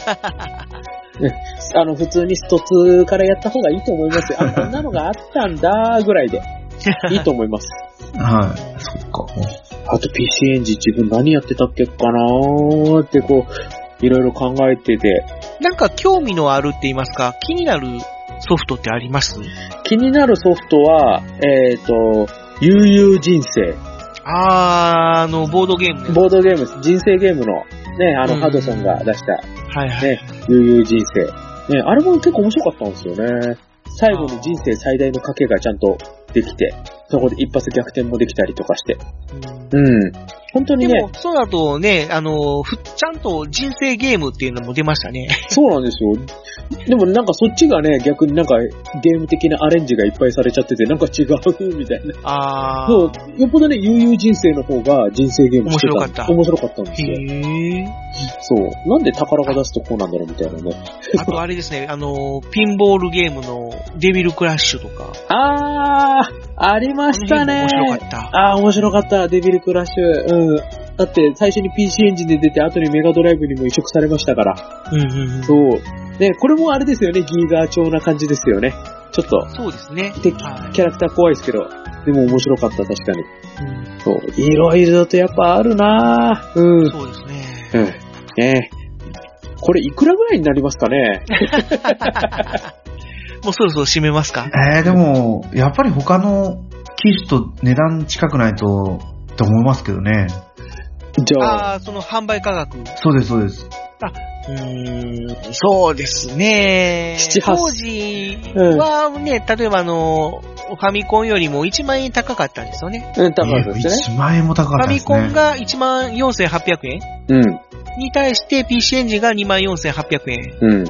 普通にスト2からやった方がいいと思いますよ。あ、こんなのがあったんだぐらいで、いいと思います。 はい、そっか。 あと PC エンジン自分何やってたっけかなーってこう、いろいろ考えてて。 なんか興味のあるって言いますか、気になるソフトってあります？ 気になるソフトは、悠々人生。 ボードゲームね。 ボードゲームです。人生ゲームの、ね、ハドソンが出した、 はいはい。 ね、悠々人生。ね、あれも結構面白かったんですよね。最後に人生最大の賭けがちゃんとできて、そこで一発逆転もできたりとかして。本当にね。 でも、そうだとね、ちゃんと人生ゲームっていうのも出ましたね。 そうなんですよ。でもなんかそっちがね、逆になんかゲーム的なアレンジがいっぱいされちゃってて、なんか違うみたいな。そう、よっぽどね、悠々人生の方が人生ゲームしてた。面白かったんですよ。そう。なんで宝が出すとこうなんだろうみたいなね。 あとあれですね、ピンボールゲームのデビルクラッシュとか。 ありましたね。 面白かった。 面白かった、デビルクラッシュ。だって最初に PC エンジンで出て、後にメガドライブにも移植されましたから。そう。ね、これもあれですよね、ギーガー調な感じですよね。ちょっと。 そうですね。 キャラクター怖いですけど、でも面白かった、確かに。そう。いろいろとやっぱあるなぁ。 そうですね。 ね。これいくらぐらいになりますかね？ もうそろそろ締めますか？ でも、やっぱり他の機種と値段近くないと、と思いますけどね。 じゃあ。 その販売価格。 そうです、そうです。 そうですね。当時はね、例えばファミコンよりも1万円高かったんですよね。 高かったですね。 1万円も高かったですね。 ファミコンが14,800円に対して PC エンジンが24,800円。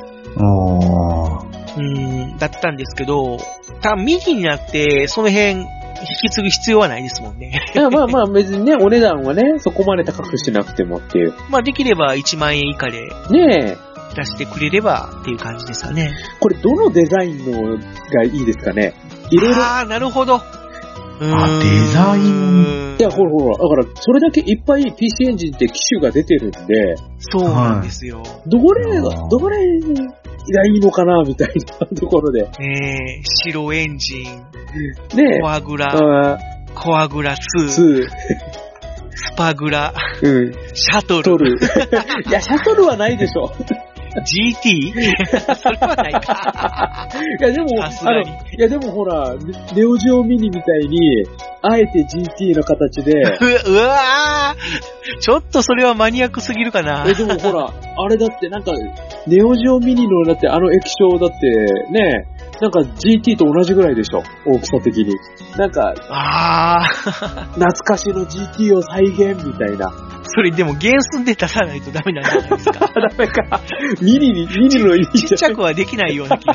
だったんですけど、多分右になってその辺引き継ぐ必要はないですもんね。 まあ別にね、お値段はね、そこまで高くしなくてもっていう。 まあできれば1万円以下でね出してくれればっていう感じですかね。 これどのデザインのがいいですかね？いろいろ。 なるほど。 デザイン。 いや、ほら、だからそれだけいっぱい PC エンジンって機種が出てるんで。 そうなんですよ。 どれがいいのかなみたいなところで。 白エンジン。コアグラ2。スパグラ。シャトル。いや、シャトルはないでしょ。 GT？ それはないか。 いやでもほら、ネオジオミニみたいに、あえて GT の形で。 うわー、ちょっとそれはマニアックすぎるかな。 でもほら、あれだってなんか、ネオジオミニのだって液晶だってね、なんか GT と同じぐらいでしょ、大きさ的に。なんか、懐かしの GT を再現みたいな。 それでも原寸で出さないとダメなんじゃないですか。 ダメか。ミニの意味ちっちゃくはできないような気が。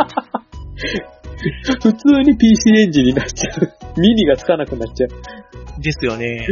普通に PC エンジンになっちゃう。ミニがつかなくなっちゃう。 ですよね。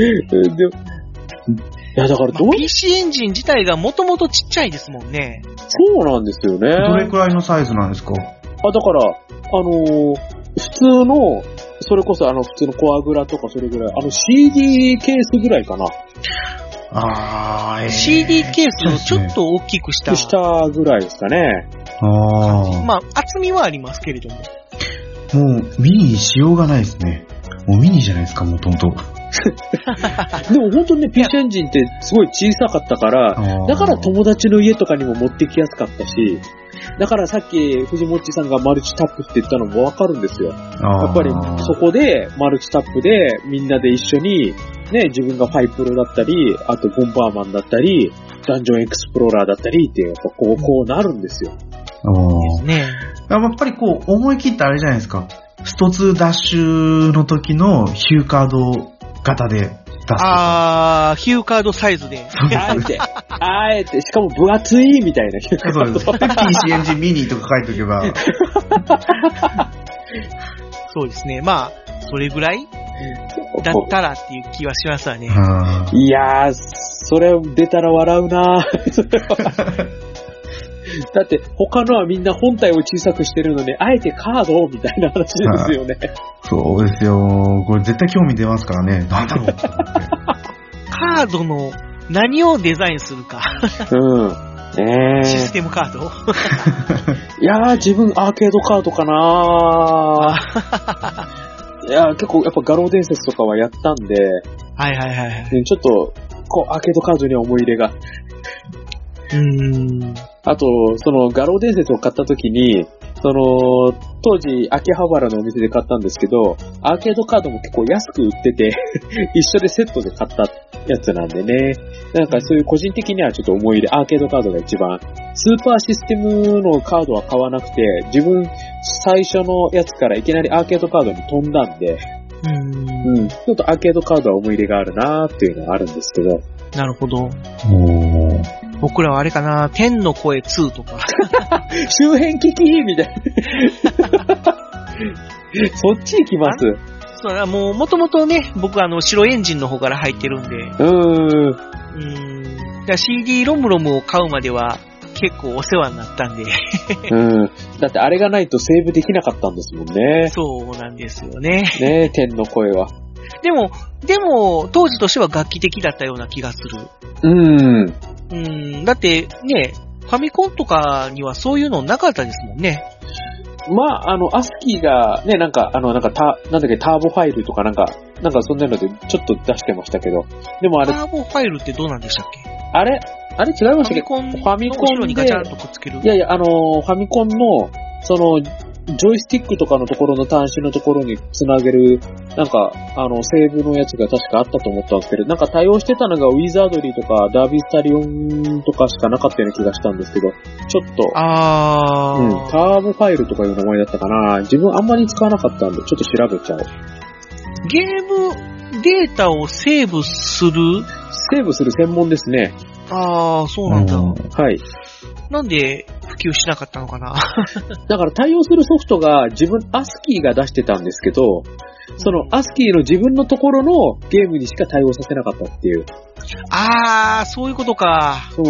いやだから PC エンジン自体がもともとちっちゃいですもんね。 そうなんですよね。 どれくらいのサイズなんですか？ だから普通のそれこそ普通のコアグラとかそれぐらいCD ケースぐらいかな。 CD ケースをちょっと大きくした。 したぐらいですかね。 まあ、厚みはありますけれども。 もう、ミニにしようがないですね。もうミニじゃないですか、もともと。 でも本当にね、PC エンジンってすごい小さかったから、だから友達の家とかにも持ってきやすかったし、だからさっき藤もっちさんがマルチタップって言ったのもわかるんですよ。やっぱりそこでマルチタップでみんなで一緒に、ね、自分がファイプロだったり、あとボンバーマンだったり、ダンジョンエクスプローラーだったりって、やっぱこうなるんですよ。 ですね。 やっぱりこう思い切ってあれじゃないですか。スト2ダッシュの時のヒューカード型で出す。 ヒューカードサイズで。 あえて、しかも分厚いみたいなヒューカード。 そうです。PC エンジンミニとか書いとけば。 そうですね。まあ、それぐらいだったらっていう気はしますわね。 いやー、それ出たら笑うなー。だって他のはみんな本体を小さくしてるのに、あえてカードみたいな話ですよね。 そうですよ。これ絶対興味出ますからね。なんだろう。 カードの何をデザインするか。システムカードいやー、自分アーケードカードかなー。いやー、結構やっぱ画廊伝説とかはやったんで、ちょっとこうアーケードカードには思い入れが。あと、その画廊伝説を買った時に、当時、秋葉原のお店で買ったんですけど、アーケードカードも結構安く売ってて、一緒でセットで買ったやつなんでね。なんかそういう個人的にはちょっと思い入れ、アーケードカードが一番。スーパーシステムのカードは買わなくて、自分最初のやつからいきなりアーケードカードに飛んだんで、ちょっとアーケードカードは思い入れがあるなーっていうのはあるんですけど。 なるほど。僕らはあれかな、天の声2とか。 周辺機器みたいな。そっち行きます。 そうだ、もともとね、僕白エンジンの方から入ってるんで。CD ロムロムを買うまでは結構お世話になったんで。 だってあれがないとセーブできなかったんですもんね。 そうなんですよね。 ね、天の声は。 でも、当時としては楽器的だったような気がする。だってね、ファミコンとかにはそういうのなかったですもんね。 まあ、アスキーがね、なんだっけ、ターボファイルとかなんかそんなのでちょっと出してましたけど。でもあれ。 ターボファイルってどうなんでしたっけ？ あれ違いましたっけ？ファミコン後ろにガチャンとくっつける。 いや、ファミコンの、ジョイスティックとかのところの端子のところにつなげる、なんか、セーブのやつが確かあったと思ったんですけど、なんか対応してたのがウィザードリーとかダービースタリオンとかしかなかったような気がしたんですけど、ちょっと、ターボファイルとかいう名前だったかな。自分あんまり使わなかったんで、ちょっと調べちゃう。 ゲームデータをセーブする専門ですね。 そうなんだ。 はい。 なんで普及しなかったのかなだから対応するソフトがアスキーが出してたんですけど、そのアスキーの自分のところのゲームにしか対応させなかったっていう。 そういうことか。 そう。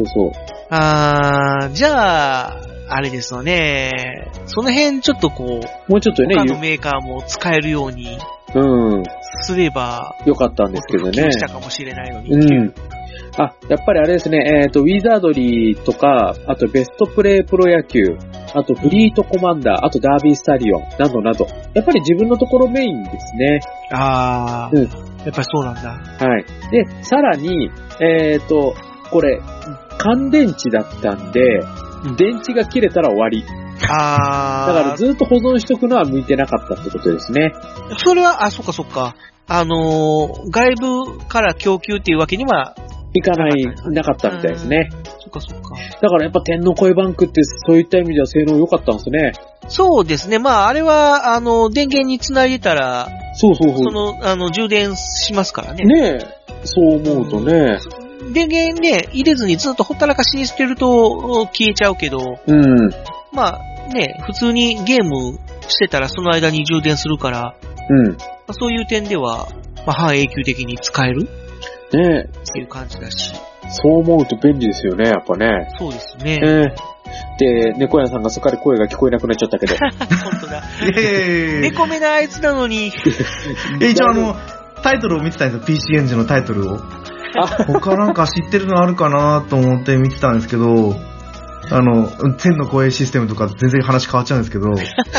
じゃあ、あれですよね。その辺ちょっとこう、 もうちょっとね、 他のメーカーも使えるように、すれば、 よかったんですけどね。 普及したかもしれないのに。 やっぱりあれですね、ウィザードリーとか、あとベストプレイプロ野球、あとフリートコマンダー、あとダービースタリオン、などなど、やっぱり自分のところメインですね。 やっぱりそうなんだ。 はい。で、さらに、これ、乾電池だったんで、電池が切れたら終わり。だからずっと保存しとくのは向いてなかったってことですね。 それは、そっか。外部から供給っていうわけにはいかない、 なかったみたいですね。 そっか。 だからやっぱ天の声バンクってそういった意味では性能良かったんですね。 そうですね。まああれは、電源につないでたら、 そう。 充電しますからね。 ねえ。そう思うとね。 電源ね、入れずにずっとほったらかしにしてると消えちゃうけど、まあね、普通にゲームしてたらその間に充電するから、そういう点では、半永久的に使えるねっていう感じだし。 そう思うと便利ですよね、やっぱね。 そうですね。 で、猫屋さんがすっかり声が聞こえなくなっちゃったけど。 本当だ。猫目なあいつなのに。 一応タイトルを見てたんですよ、PC エンジンのタイトルを。 他なんか知ってるのあるかなと思って見てたんですけど、天の声システムとか全然話変わっちゃうんですけど、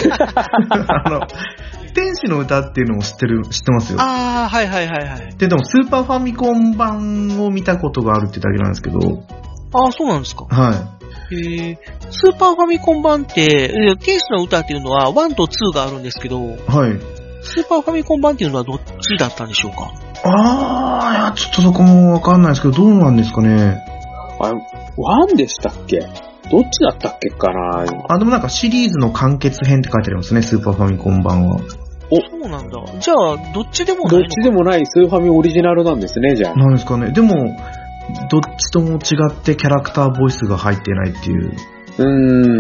天使の歌っていうのも知ってますよ。 ああ、はいはいはいはい。 でもスーパーファミコン版を見たことがあるってだけなんですけど。 ああ、そうなんですか。 はい。 スーパーファミコン版って、天使の歌っていうのは1と2があるんですけど、 はい。 スーパーファミコン版っていうのはどっちだったんでしょうか？ いや、ちょっとそこもわかんないですけど、どうなんですかね。 1でしたっけ？どっちだったっけかな。 でもなんかシリーズの完結編って書いてありますね、スーパーファミコン版は。 そうなんだ。じゃあ、どっちでもないのか？ どっちでもないスーファミオリジナルなんですね、じゃあ。 なんですかね。でも、どっちとも違ってキャラクターボイスが入ってないっていう。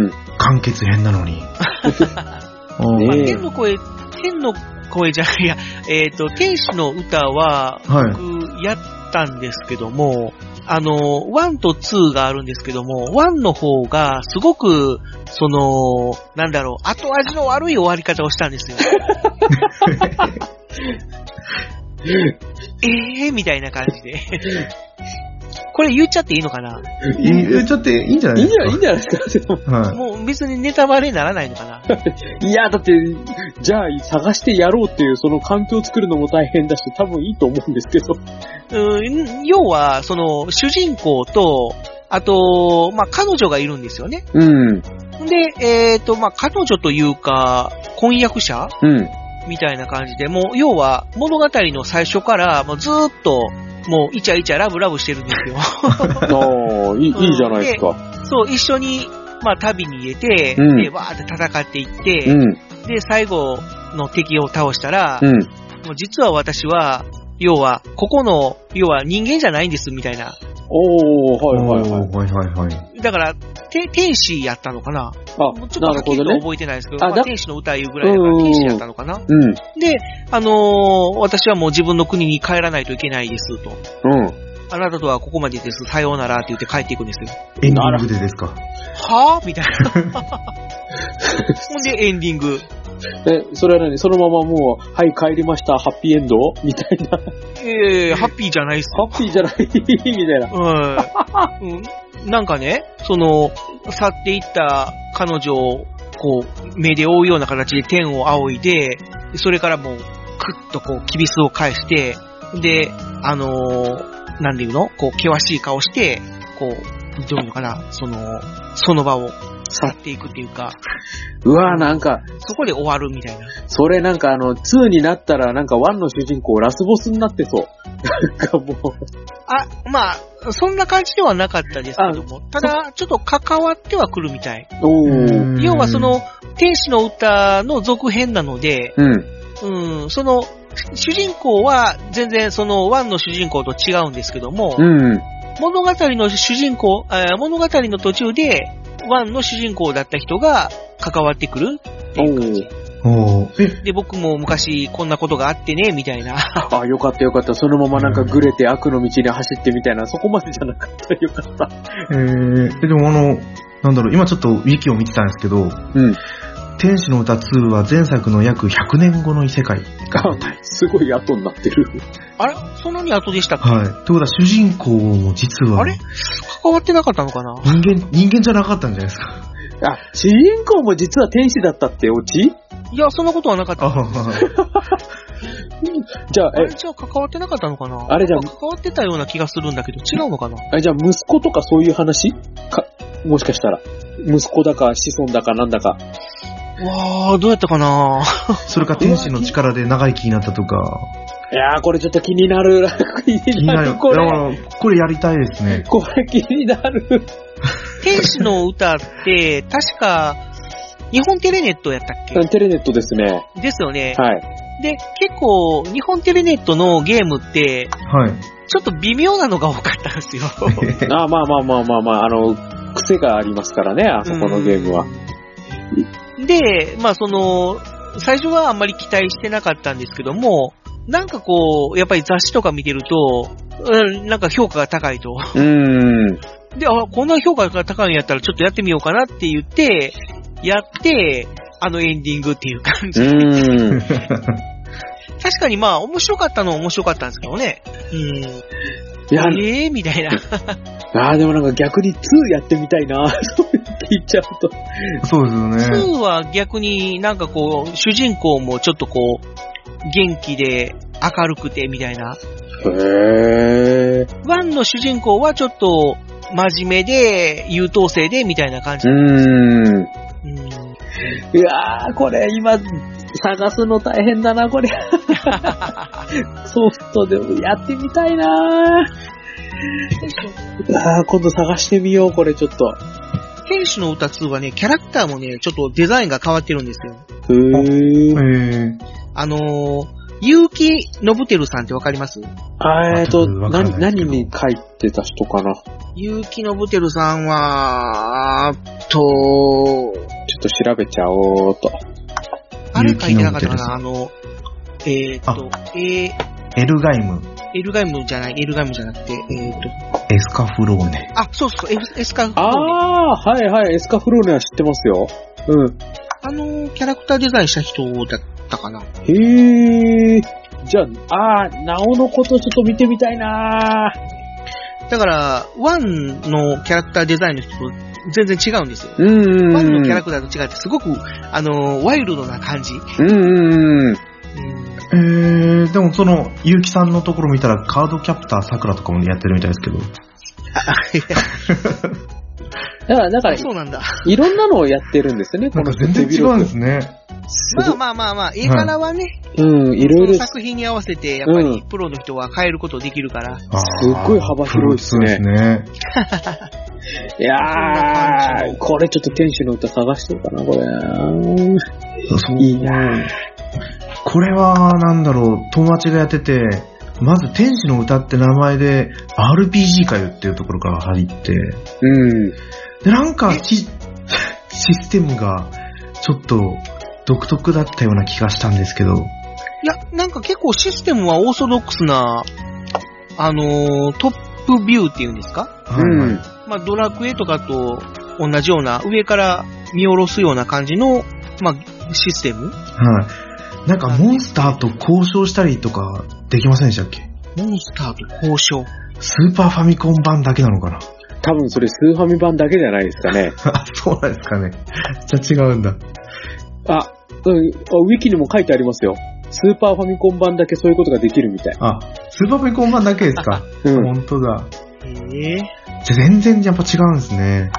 完結編なのに。 天の声じゃないや、天使の歌は、僕、やったんですけども、1と2があるんですけども、1の方が、すごく、後味の悪い終わり方をしたんですよ。みたいな感じで。これ言っちゃっていいのかな？ 言っちゃっていいんじゃないですか？ いいんじゃないですか？ はい、もう別にネタバレにならないのかな？ いや、だって、じゃあ探してやろうっていうその環境を作るのも大変だし、多分いいと思うんですけど。 要は、主人公と、あと、彼女がいるんですよね。で、彼女というか、婚約者みたいな感じで、もう、要は、物語の最初から、もうずーっと、もう、イチャイチャラブラブしてるんですよ。 いいじゃないですか。 そう、一緒に、旅に入れて、で、わーって戦っていって、で、最後の敵を倒したら、もう実は私は、要は人間じゃないんです、みたいな。 はい。 だから、天使やったのかな？ちょっとはっきりと覚えてないですけど、天使の歌いうぐらいだから天使やったのかな？で、私はもう自分の国に帰らないといけないです、と。あなたとはここまでです、さようならって言って帰っていくんですよ。 エンディングでですか？ はぁみたいな。ほんでエンディング。 それは何？そのままもう、はい、帰りました、ハッピーエンドみたいな。 ハッピーじゃないっす。 ハッピーじゃないみたいな。 なんかね、去っていった彼女を、目で追うような形で天を仰いで、それからもう、クッとキビスを返して、で、なんで言うの？険しい顔して、どういうのかな、その場を去っていくっていうか。 うわぁ、なんか。 そこで終わるみたいな。 それなんか2になったらなんか1の主人公ラスボスになってそう。なんかもう。 そんな感じではなかったですけども。ただ、ちょっと関わってはくるみたい。要は天使の歌の続編なので、主人公は全然1の主人公と違うんですけども、物語の途中で、1の主人公だった人が関わってくるっていう感じ。で、僕も昔こんなことがあってね、みたいな。 よかったよかった。そのままなんかグレて悪の道に走ってみたいな、そこまでじゃなかった。よかった。 でも今ちょっとウィキを見てたんですけど、天使の歌2は前作の約100年後の異世界。 すごい後になってる。 あれ？そんなに後でしたっけ？ はい。ってことは主人公も実は。 あれ？関わってなかったのかな？ 人間じゃなかったんじゃないですか。 主人公も実は天使だったってオチ？ いや、そんなことはなかった。 じゃあ関わってなかったのかな？ あれじゃあ関わってたような気がするんだけど、違うのかな？ じゃあ息子とかそういう話か、もしかしたら。息子だか子孫だかなんだか。 どうやったかな？ それか天使の力で長生きになったとか。 いやー、これちょっと気になる。気になる。これやりたいですね。 これ気になる。 天使の歌って、確か、日本テレネットやったっけ？ テレネットですね。 ですよね。 はい。 で、結構、日本テレネットのゲームって、ちょっと微妙なのが多かったんですよ。 癖がありますからね、あそこのゲームは。 で、最初はあんまり期待してなかったんですけども、なんかやっぱり雑誌とか見てると、なんか評価が高いと。で、こんな評価が高いんやったらちょっとやってみようかなって言って、やって、エンディングっていう感じ。確かに面白かったのは面白かったんですけどね。 いや、 みたいな。 でもなんか逆に2やってみたいな、そう言っちゃうと。 そうですよね。 2は逆になんかこう、主人公もちょっとこう、元気で明るくてみたいな。 1 の主人公はちょっと真面目で優等生でみたいな感じ。 いやー、これ今、探すの大変だな、これ。ソフトでもやってみたいな今度探してみよう、これちょっと。 天使の歌2はね、キャラクターもね、ちょっとデザインが変わってるんですよ。結城信輝さんってわかります？ 何に書いてた人かな？ 結城信輝さんは、ちょっと調べちゃおうと。 あれ書いてなかったかな？ エルガイム。 エルガイムじゃなくて、 エスカフローネ。 あ、そうそう、エスカフローネ。 はいはい、エスカフローネは知ってますよ。 キャラクターデザインした人だったかな。 へー。じゃあ、なおのことちょっと見てみたいなだから、1のキャラクターデザインの人と全然違うんですよ。1のキャラクターと違ってすごく、ワイルドな感じ。 でもその、結城さんのところ見たらカードキャプター桜とかもやってるみたいですけど。 だから、 そうなんだ。 いろんなのをやってるんですね、 この全然違うんですね。 まあ、絵柄はね、 いろいろ。 作品に合わせて、やっぱりプロの人は変えることできるから。 すっごい幅広いですね。いやー、これちょっと天使の歌探してるかな、これ。いいなこれは、なんだろう、友達がやってて、まず天使の歌って名前で RPG かよっていうところから入って、で、なんかシステムがちょっと独特だったような気がしたんですけど。いや、なんか結構システムはオーソドックスな、トップビューっていうんですか？まあ、ドラクエとかと同じような、上から見下ろすような感じの、まあ、システム？ なんかモンスターと交渉したりとかできませんでしたっけ？ モンスターと交渉。 スーパーファミコン版だけなのかな？ 多分それスーファミ版だけじゃないですかね。 そうなんですかね。じゃあ違うんだ。 ウィキにも書いてありますよ。スーパーファミコン版だけそういうことができるみたい。 スーパーファミコン版だけですか？本当だ。じゃあ全然やっぱ違うんですね。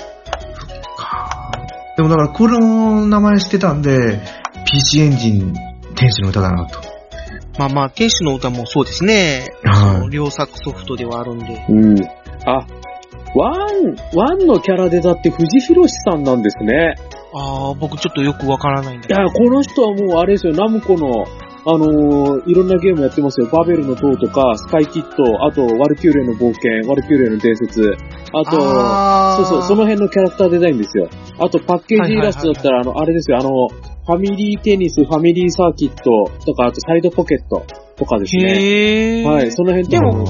でもだからこの名前知ってたんで、PC エンジン天使の歌だなと。 まあ天使の歌もそうですね。両作ソフトではあるんで。 ワンのキャラでだって藤広さんなんですね。 僕ちょっとよくわからないんだけど。 いや、この人はもうあれですよ、ナムコの、いろんなゲームやってますよ。バベルの塔とか、スカイキッド、あと、ワルキューレの冒険、ワルキューレの伝説、あと、その辺のキャラクターデザインですよ。あと、パッケージイラストだったら、あれですよ、ファミリーテニス、ファミリーサーキットとか、あとサイドポケットとかですね。はい、その辺でも、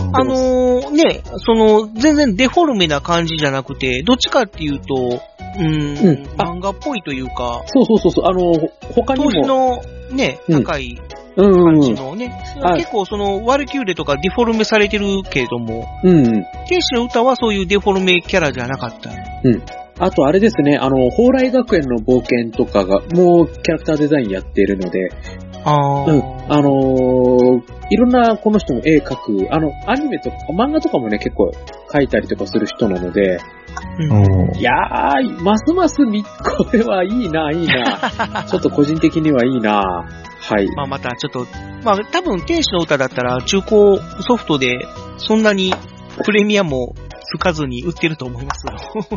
全然デフォルメな感じじゃなくて、どっちかっていうと、漫画っぽいというか。 そう。他にも。 当時のね、高い感じのね。結構ワルキューレとかデフォルメされてるけれども、天使の歌はそういうデフォルメキャラじゃなかった。 あとあれですね、蓬莱学園の冒険とかが、もうキャラクターデザインやっているので、いろんなこの人も絵描く、アニメとか漫画とかもね、結構描いたりとかする人なので、いやー、ますますこれはいいな。ちょっと個人的にはいいな。はい。 またちょっと、多分天使の歌だったら中古ソフトでそんなにプレミアもつかずに売ってると思いますよ。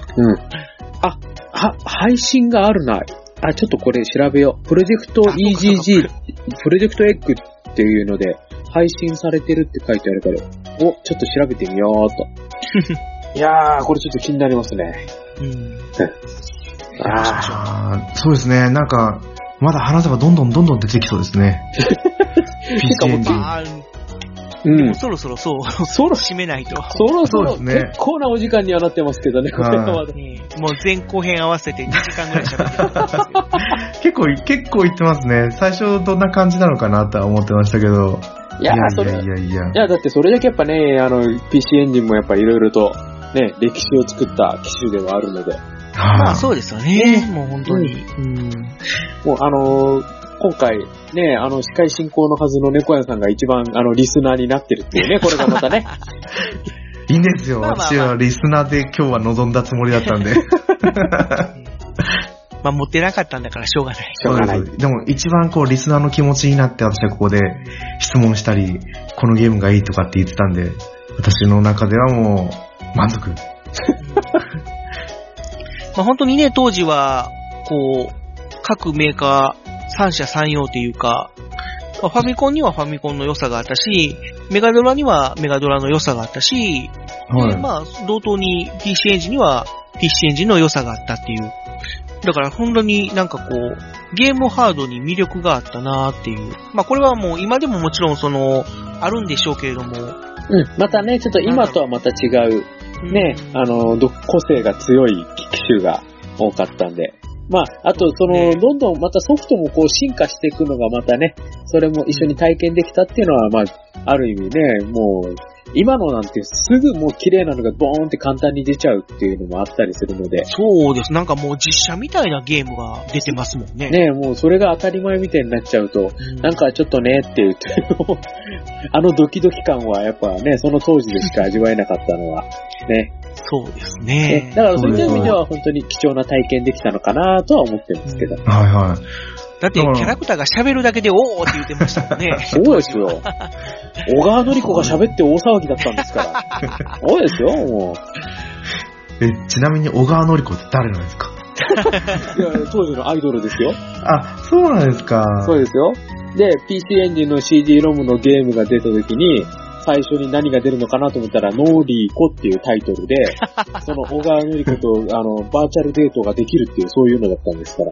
配信があるな。ちょっとこれ調べよう。プロジェクト EGG、プロジェクトエッグっていうので配信されてるって書いてあるから、ちょっと調べてみようと。いやー、これちょっと気になりますね。 そうですね。なんか、まだ話せばどんどん出てきそうですね。PC エンジン。 でもそろそろ締めないと。 そろそろ、ね、結構なお時間にはなってますけどね、これはまだ。 もう前後編合わせて2時間ぐらい喋ってますけど。 結構言ってますね。最初どんな感じなのかなとは思ってましたけど。 いや、だってそれだけやっぱね、PC エンジンもやっぱいろいろと、ね、歴史を作った機種ではあるので。 まあそうですよね。もう本当に。 もう今回、ね、司会進行のはずの猫屋さんが一番、リスナーになってるっていうね、これがまたね。 いいんですよ。私はリスナーで今日は望んだつもりだったんで。 まあ持ってなかったんだからしょうがない。 しょうがない。 でも一番こうリスナーの気持ちになって私はここで質問したり、このゲームがいいとかって言ってたんで、私の中ではもう満足。 まあ本当にね、当時は、こう、各メーカー、三者三様というか、ファミコンにはファミコンの良さがあったし、メガドラにはメガドラの良さがあったし、でまあ、同等に PC エンジンには PC エンジンの良さがあったっていう。だから本当になんかこう、ゲームハードに魅力があったなーっていう。まあこれはもう今でももちろんあるんでしょうけれども。 またね、ちょっと今とはまた違う、ね、個性が強い機種が多かったんで。まあ、あと、どんどんまたソフトもこう進化していくのがまたね、それも一緒に体験できたっていうのは、まあ、ある意味ね、もう、今のなんてすぐもう綺麗なのがボーンって簡単に出ちゃうっていうのもあったりするので。 そうです。なんかもう実写みたいなゲームが出てますもんね。 ね、もうそれが当たり前みたいになっちゃうと、なんかちょっとねって言って、ドキドキ感はやっぱね、その当時でしか味わえなかったのは、ね。 そうですね。 だからそういう意味では本当に貴重な体験できたのかなとは思ってますけど。 はいはい。 だってキャラクターが喋るだけでおーって言ってましたもんね。 そうですよ。小川のり子が喋って大騒ぎだったんですから。そうですよ、もう。ちなみに小川のり子って誰なんですか？ いや、当時のアイドルですよ。 あ、そうなんですか。 そうですよ。で、PC エンジンの CD-ROM のゲームが出た時に、最初に何が出るのかなと思ったら、ノーリーコっていうタイトルで、その小川のり子と、バーチャルデートができるっていう、そういうのだったんですから。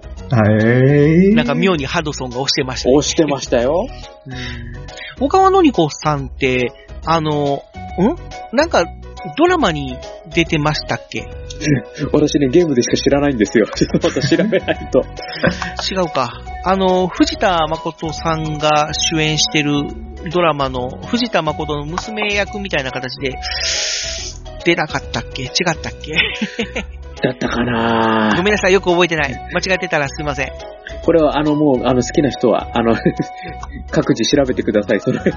なんか妙にハドソンが押してましたね。押してましたよ。 小川のり子さんって、なんか、ドラマに出てましたっけ？ 私ね、ゲームでしか知らないんですよ。ちょっとまた調べないと。 違うか。藤田誠さんが主演してるドラマの藤田誠の娘役みたいな形で出なかったっけ？違ったっけ？ だったかな？ ごめんなさい、よく覚えてない。間違ってたらすいません。 これはもう好きな人は各自調べてください。それを。はい。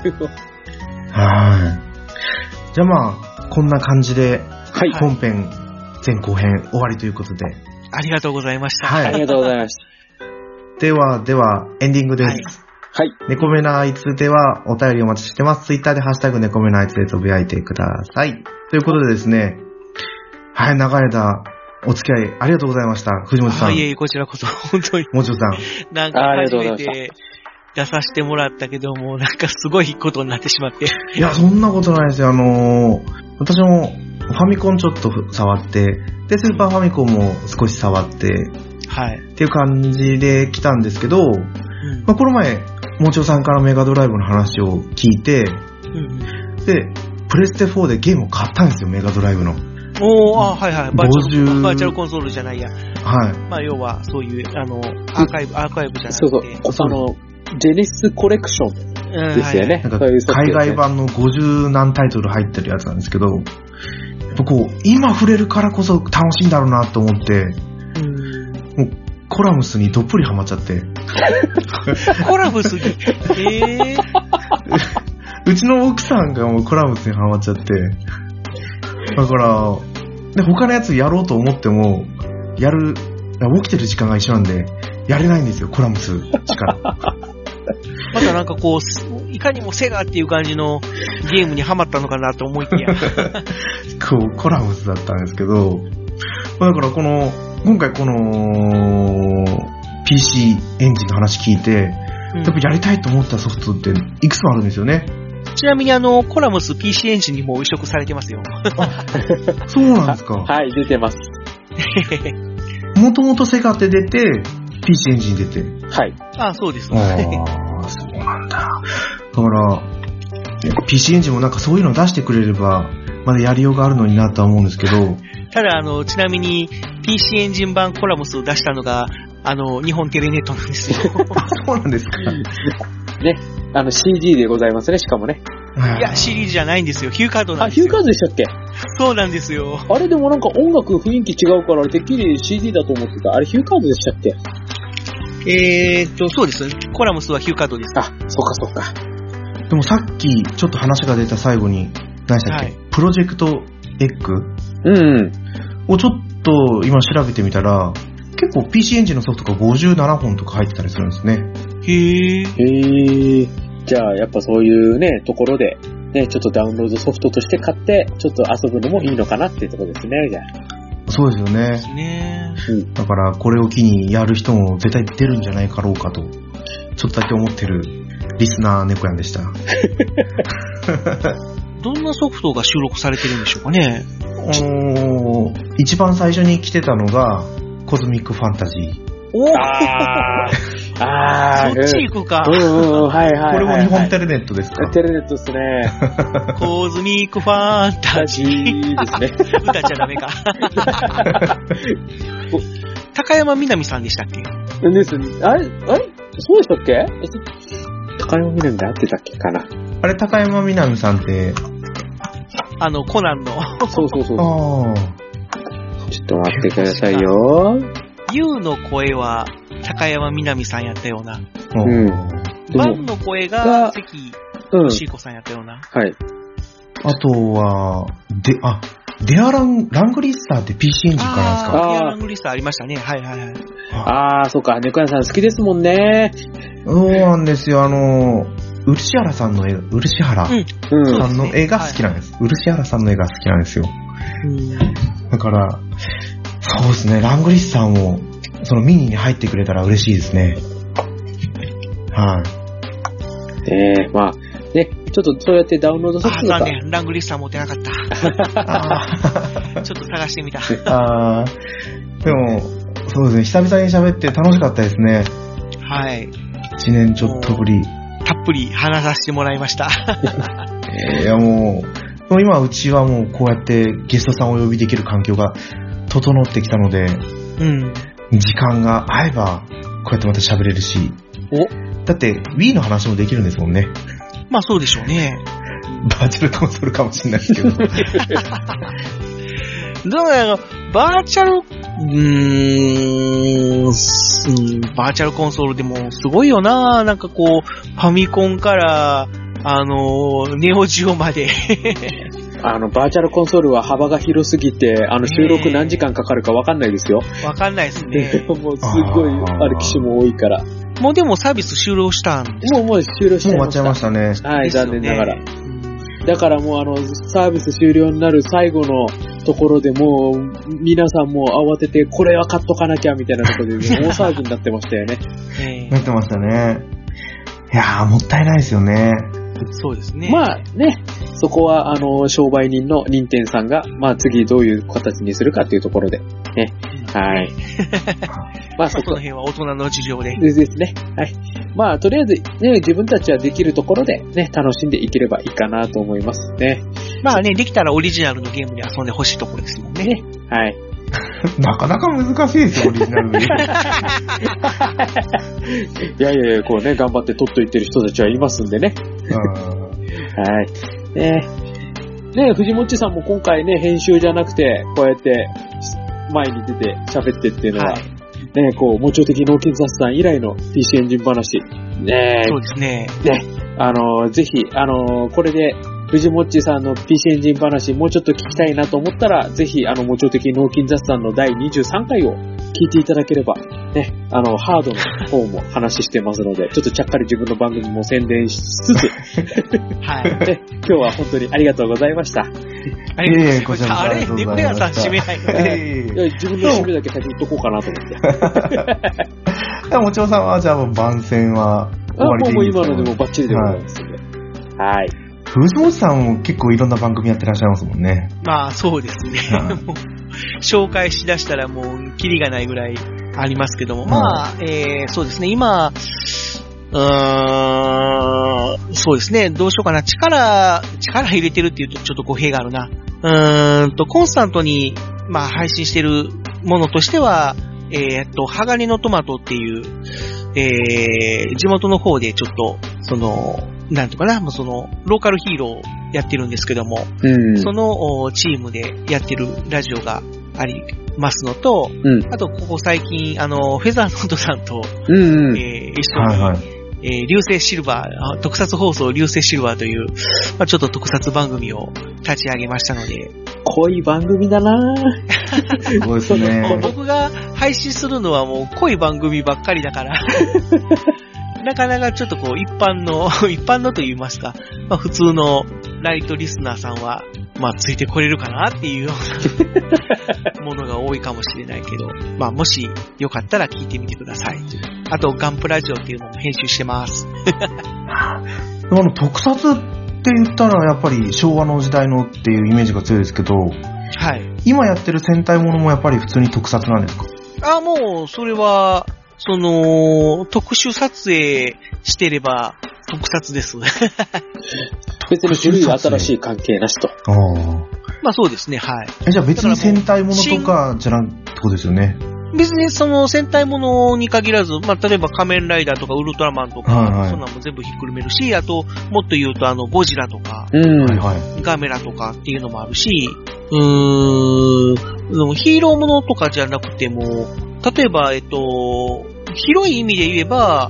じゃあまあこんな感じで、 はい、 本編前後編終わりということで。 ありがとうございました。 はい、ありがとうございました。 では、エンディングです。 はい。 猫目のあいつではお便りお待ちしてます。ツイッターでハッシュタグ猫目のあいつでつぶやいてください。ということでですね、はい、長い間お付き合いありがとうございました。藤本さん。 いえ、こちらこそ、本当に。 もちろさん。 なんか初めて出させてもらったけども、なんかすごいことになってしまって。 いや、そんなことないですよ。私もファミコンちょっと触って、で、スーパーファミコンも少し触って、 はい。 っていう感じで来たんですけど、まあ、この前、もちろさんからメガドライブの話を聞いて、で、プレステ4でゲームを買ったんですよ、メガドライブの。 はいはい。バーチャルコンソールじゃないや。 はい。 まあ、要は、そういう、アーカイブじゃなくて。 そう、ジェネシスコレクションですよね。 なんか海外版の50何タイトル入ってるやつなんですけど、やっぱこう、今触れるからこそ楽しいんだろうなと思って、もうコラムスにどっぷりハマっちゃって。 コラムスにうちの奥さんがもうコラムスにハマっちゃって、だから、で他のやつやろうと思っても、起きてる時間が一緒なんで、やれないんですよ、コラムスしか。 またなんかこう、いかにもセガっていう感じのゲームにハマったのかなと思いきや。 コラムスだったんですけど、だから今回この PC エンジンの話聞いて、やっぱやりたいと思ったソフトっていくつもあるんですよね。 ちなみにコラムス PC エンジンにも移植されてますよ。 そうなんですか。 はい、出てます。 もともとセガって出て、PC エンジン出て。 はい。 そうです。 そうなんだ。だから、PC エンジンもなんかそういうの出してくれれば、まだやりようがあるのになとは思うんですけど。 ただ、ちなみに、PC エンジン版コラムスを出したのが、日本テレネットなんですよ。 そうなんですか。 ね、CD でございますね、しかもね。 いや、CD じゃないんですよ。ヒューカードなんですあ、 よ。 ヒューカードでしたっけ？ そうなんですよ。 あれでもなんか音楽雰囲気違うから、てっきり CD だと思ってた。あれヒューカードでしたっけ？ そうです。コラムスはヒューカードです。 あ、そうかそうか。 でもさっきちょっと話が出た最後に、何でしたっけ？はい、プロジェクトエッグ？をちょっと今調べてみたら、結構 PC エンジンのソフトが57本とか入ってたりするんですね。 へー。 じゃあやっぱそういうね、ところで、ね、ちょっとダウンロードソフトとして買って、ちょっと遊ぶのもいいのかなっていうところですね、じゃあ。 そうですよね。だからこれを機にやる人も絶対出るんじゃないかろうかと、ちょっとだけ思ってるリスナー猫やんでした。 どんなソフトが収録されてるんでしょうかね。 一番最初に来てたのがコズミックファンタジー。 そっち行くか。 はい。 これも日本テレネットですか？ テレネットですね。 コズミックファンタジーですね。歌っちゃダメか。高山みなみさんでしたっけ？ ですね。あれそうでしたっけ？高山みなみで合ってたっけかな。 あれ、高山みなみさんって、 コナンの。 そう。ちょっと待ってくださいよ。 ユウの声は高山みなみさんやったような。バンの声が関しいこさんやったような。 はい。 あとは、デアラングリッサーって PC エンジンからですか？ デアラングリッサーありましたね。はい。 そうか。猫屋さん好きですもんね。 そうなんですよ。漆原さんの絵、漆原さんの絵が好きなんです。漆原さんの絵が好きなんですよ。だから、そうですね、ラングリッサーも、そのミニに入ってくれたら嬉しいですね。はい。 まあ、ね、ちょっとそうやってダウンロードソフトとか。 残念、ラングリッサー持ってなかった。ちょっと探してみた。 でも、そうですね、久々に喋って楽しかったですね。 はい。 1年ちょっとぶり。 たっぷり話させてもらいました。 いやもう今うちはもうこうやってゲストさんをお呼びできる環境が整ってきたので、時間が合えばこうやってまた喋れるし、だって Wii の話もできるんですもんね。 まあそうでしょうね。 バーチャルコンソールかもしれないですけど。 どうやろ、バーチャルコンソールでもすごいよな。なんかこう、ファミコンから、ネオジオまで。 バーチャルコンソールは幅が広すぎて、収録何時間かかるか分かんないですよ。 分かんないですね。 もうすごいある機種も多いから。 もうでもサービス終了したんですか？ もう終了してました。 もう終わっちゃいましたね。 はい、残念ながら。だからもうサービス終了になる最後のところでもう、皆さんも慌てて、これは買っとかなきゃみたいなところで、大騒ぎになってましたよね。 なってましたね。いやー、もったいないですよね。 そうですね。 まあね、そこは商売人の任天さんが、まあ次どういう形にするかっていうところで、ね。はい。 まあその辺は大人の事情で。 ですね。はい。まあとりあえずね、自分たちはできるところでね、楽しんでいければいいかなと思いますね。 まあね、できたらオリジナルのゲームで遊んでほしいところですもんね。 はい。 なかなか難しいですよ、オリジナルのゲーム。いや、こうね、頑張って撮っといてる人たちはいますんでね。はい。ね、藤もっちさんも今回ね、編集じゃなくて、こうやって前に出て喋ってっていうのは、ね、こう、もちょ的脳筋雑談以来の PC エンジン話。ね、 そうですね。 ね、ぜひ、これで、藤もっちさんの PC エンジン話もうちょっと聞きたいなと思ったら、ぜひ、もちょ的脳筋雑談の第23回を聞いていただければ、ね、ハードの方も話してますので、ちょっとちゃっかり自分の番組も宣伝しつつ、 はい。 ね、今日は本当にありがとうございました。 あれ、猫屋さん締めないの自分の締めだけ先言っとこうかなと思って。 もちろさんは、じゃあ番宣は終わりでいいですか？ もう今のでもバッチリでございますので。はい。 藤本さんも結構いろんな番組やってらっしゃいますもんね。 まあそうですね。もう紹介しだしたらもうキリがないぐらいありますけども、まあ、そうですね、今、そうですね、どうしようかな、力入れてるっていうとちょっと語弊があるな。コンスタントに、まあ配信してるものとしては、鋼のトマトっていう、 地元の方でちょっと、なんとかな、ローカルヒーローをやってるんですけども、そのチームでやってるラジオがありますのと、あと、ここ最近、フェザーノートさんと、一緒に、流星シルバー、特撮放送流星シルバーという、ちょっと特撮番組を立ち上げましたので。 濃い番組だなぁ。 すごいですね。 僕が配信するのはもう濃い番組ばっかりだから、なかなかちょっと一般のと言いますか、普通のライトリスナーさんは、ついてこれるかなっていうようなものが多いかもしれないけど、もしよかったら聞いてみてください。あと、ガンプラジオっていうのも編集してます。 特撮って言ったらやっぱり昭和の時代のっていうイメージが強いですけど、はい。今やってる戦隊ものもやっぱり普通に特撮なんですか？ もう、それは、特殊撮影してれば、特撮です。 別に古い新しい関係なしと。 そうですね、はい。 じゃあ別に戦隊ものとかじゃなくてことですよね。 別に戦隊ものに限らず、例えば仮面ライダーとかウルトラマンとか、そんなのも全部ひっくるめるし、あと、もっと言うとゴジラとか、ガメラとかっていうのもあるし、ヒーローものとかじゃなくても、例えば、広い意味で言えば、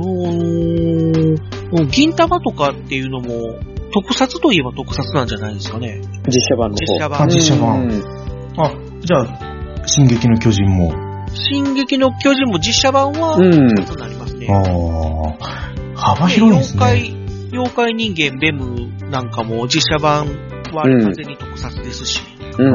銀玉とかっていうのも、特撮といえば特撮なんじゃないですかね。 実写版の方。 実写版。じゃあ、進撃の巨人も。 進撃の巨人も実写版は特撮になりますね。 幅広いですね。 妖怪人間ベムなんかも実写版は完全に特撮ですし。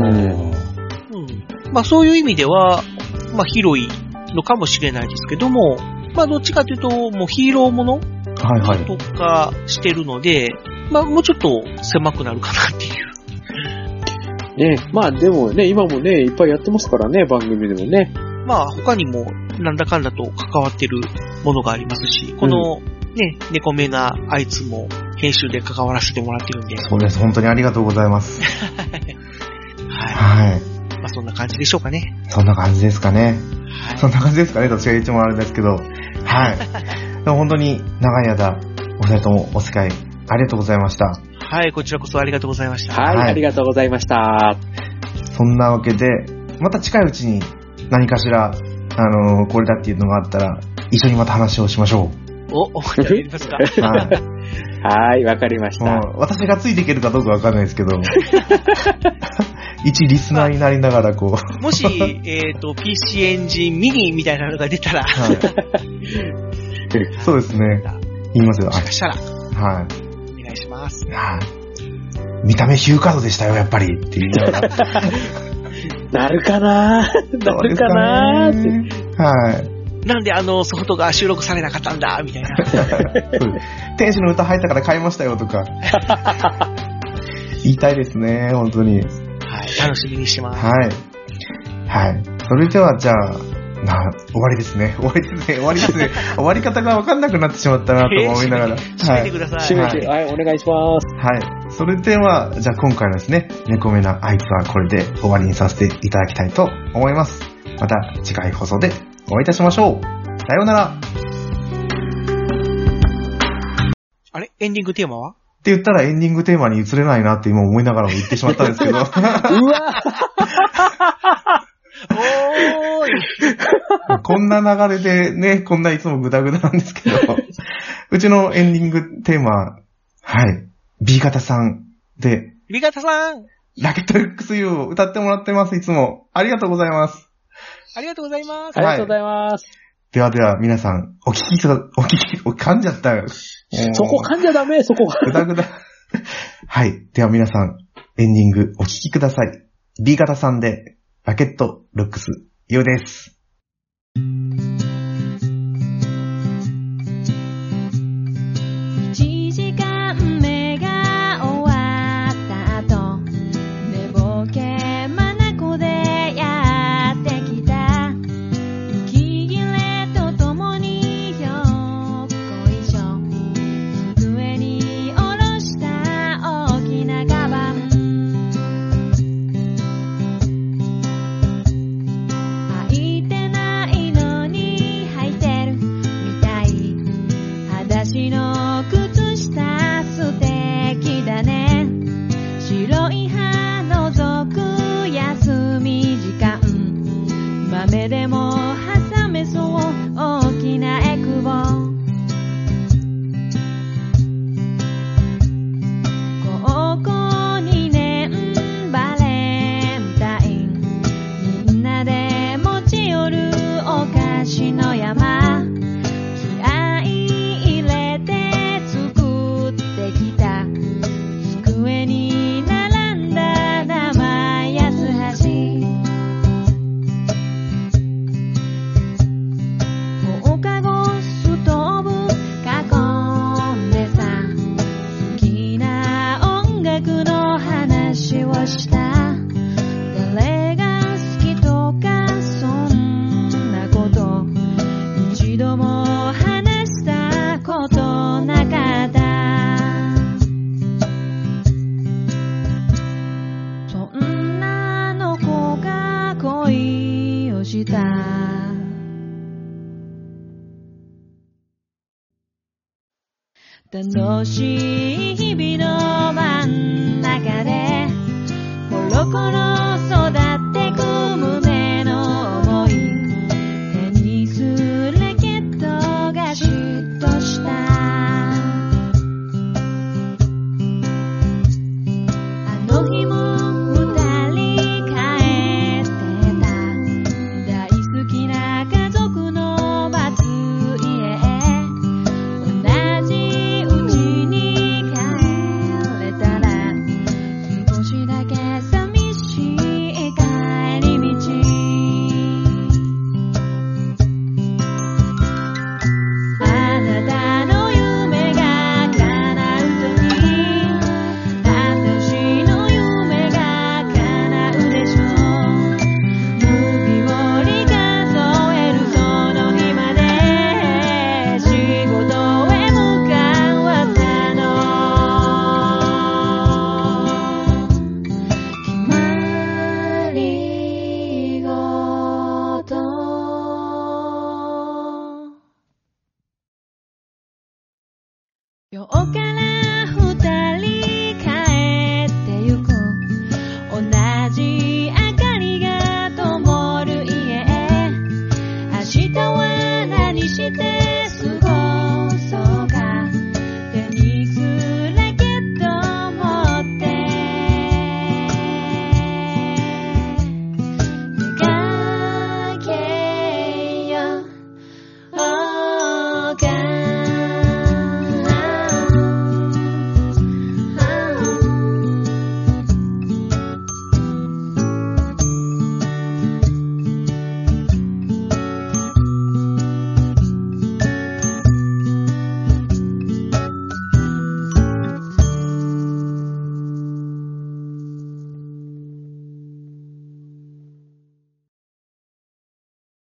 そういう意味では、広いのかもしれないですけども、どっちかというと、もうヒーローものとかしてるので、もうちょっと狭くなるかなっていう。 ね、でもね、今もね、いっぱいやってますからね、番組でもね。 他にもなんだかんだと関わってるものがありますし、このね、猫目なあいつも編集で関わらせてもらってるんで。 そうです、本当にありがとうございます。 はい。そんな感じでしょうかね。 そんな感じですかね。そんな感じですかね、私が言ってもあれですけど。はい。でも本当に長い間、お二人ともお使いありがとうございました。 はい、こちらこそありがとうございました。 はい、ありがとうございました。 そんなわけで、また近いうちに何かしら、これだっていうのがあったら、一緒にまた話をしましょう。じゃあやりますか。 はい、わかりました。 私がついていけるかどうかわかんないですけど、一リスナーになりながらもし、PC エンジンミニみたいなのが出たら、 そうですね。言いますよ。 もしかしたら。 はい。 お願いします。 はい。見た目ヒューカードでしたよ、やっぱり。って言いながら。 なるかなって。 はい。 なんでソフトが収録されなかったんだみたいな。 天使の歌入ったから買いましたよとか。言いたいですね、本当に。 はい。楽しみにしてます。 はい。はい。それでは、じゃあ、終わりですね。終わりですね。終わり方が分かんなくなってしまったなと思いながら。 締めてください。 締めて、はい、お願いします。 はい。それでは、じゃあ今回のですね、猫目なあいつはこれで終わりにさせていただきたいと思います。また次回放送でお会いいたしましょう。さようなら。 あれ？エンディングテーマは？ って言ったらエンディングテーマに移れないなって今思いながらも言ってしまったんですけど。うわおーいこんな流れでね、こんないつもグダグダなんですけど、うちのエンディングテーマ、はい、B 型さんで、 B 型さんラケット XU を歌ってもらってます、いつも。ありがとうございます。 ありがとうございます。 ありがとうございます。 ではでは、皆さん、噛んじゃったよ。 そこ噛んじゃダメ、そこ。 グダグダ。はい。では皆さん、エンディングお聴きください。B 型さんで、ラケットルックス、ゆうです。 1時間目が終わった後、寝ぼけまなこでやってきた。息切れとともによっこいしょ。机に下ろした大きなカバン。開いてないのにの靴下素敵だね。白い歯覗く休み時間、豆でも挟めそう大きなエクボ。高校2年バレンタイン、みんなで持ち寄るお菓子の山、気合い入れて作ってきた机に並んだ生安橋、放課後ストーブ囲んでさ、好きな音楽の話をした。誰が好きとかそんなこと一度も話したことなかった。そんなの子が恋をした。楽しい日々の真ん中でコロコロ育ってく胸の想い、テニスラケットが嫉妬した。あの日も二人帰ってた、大好きな家族のバツ家へ。同じうちに帰れたら少しだけ寂しい帰り道。あなたの夢が叶うとき、私の夢が叶うでしょう。指折り数えるその日まで仕事へ向かったの。決まり事。今日から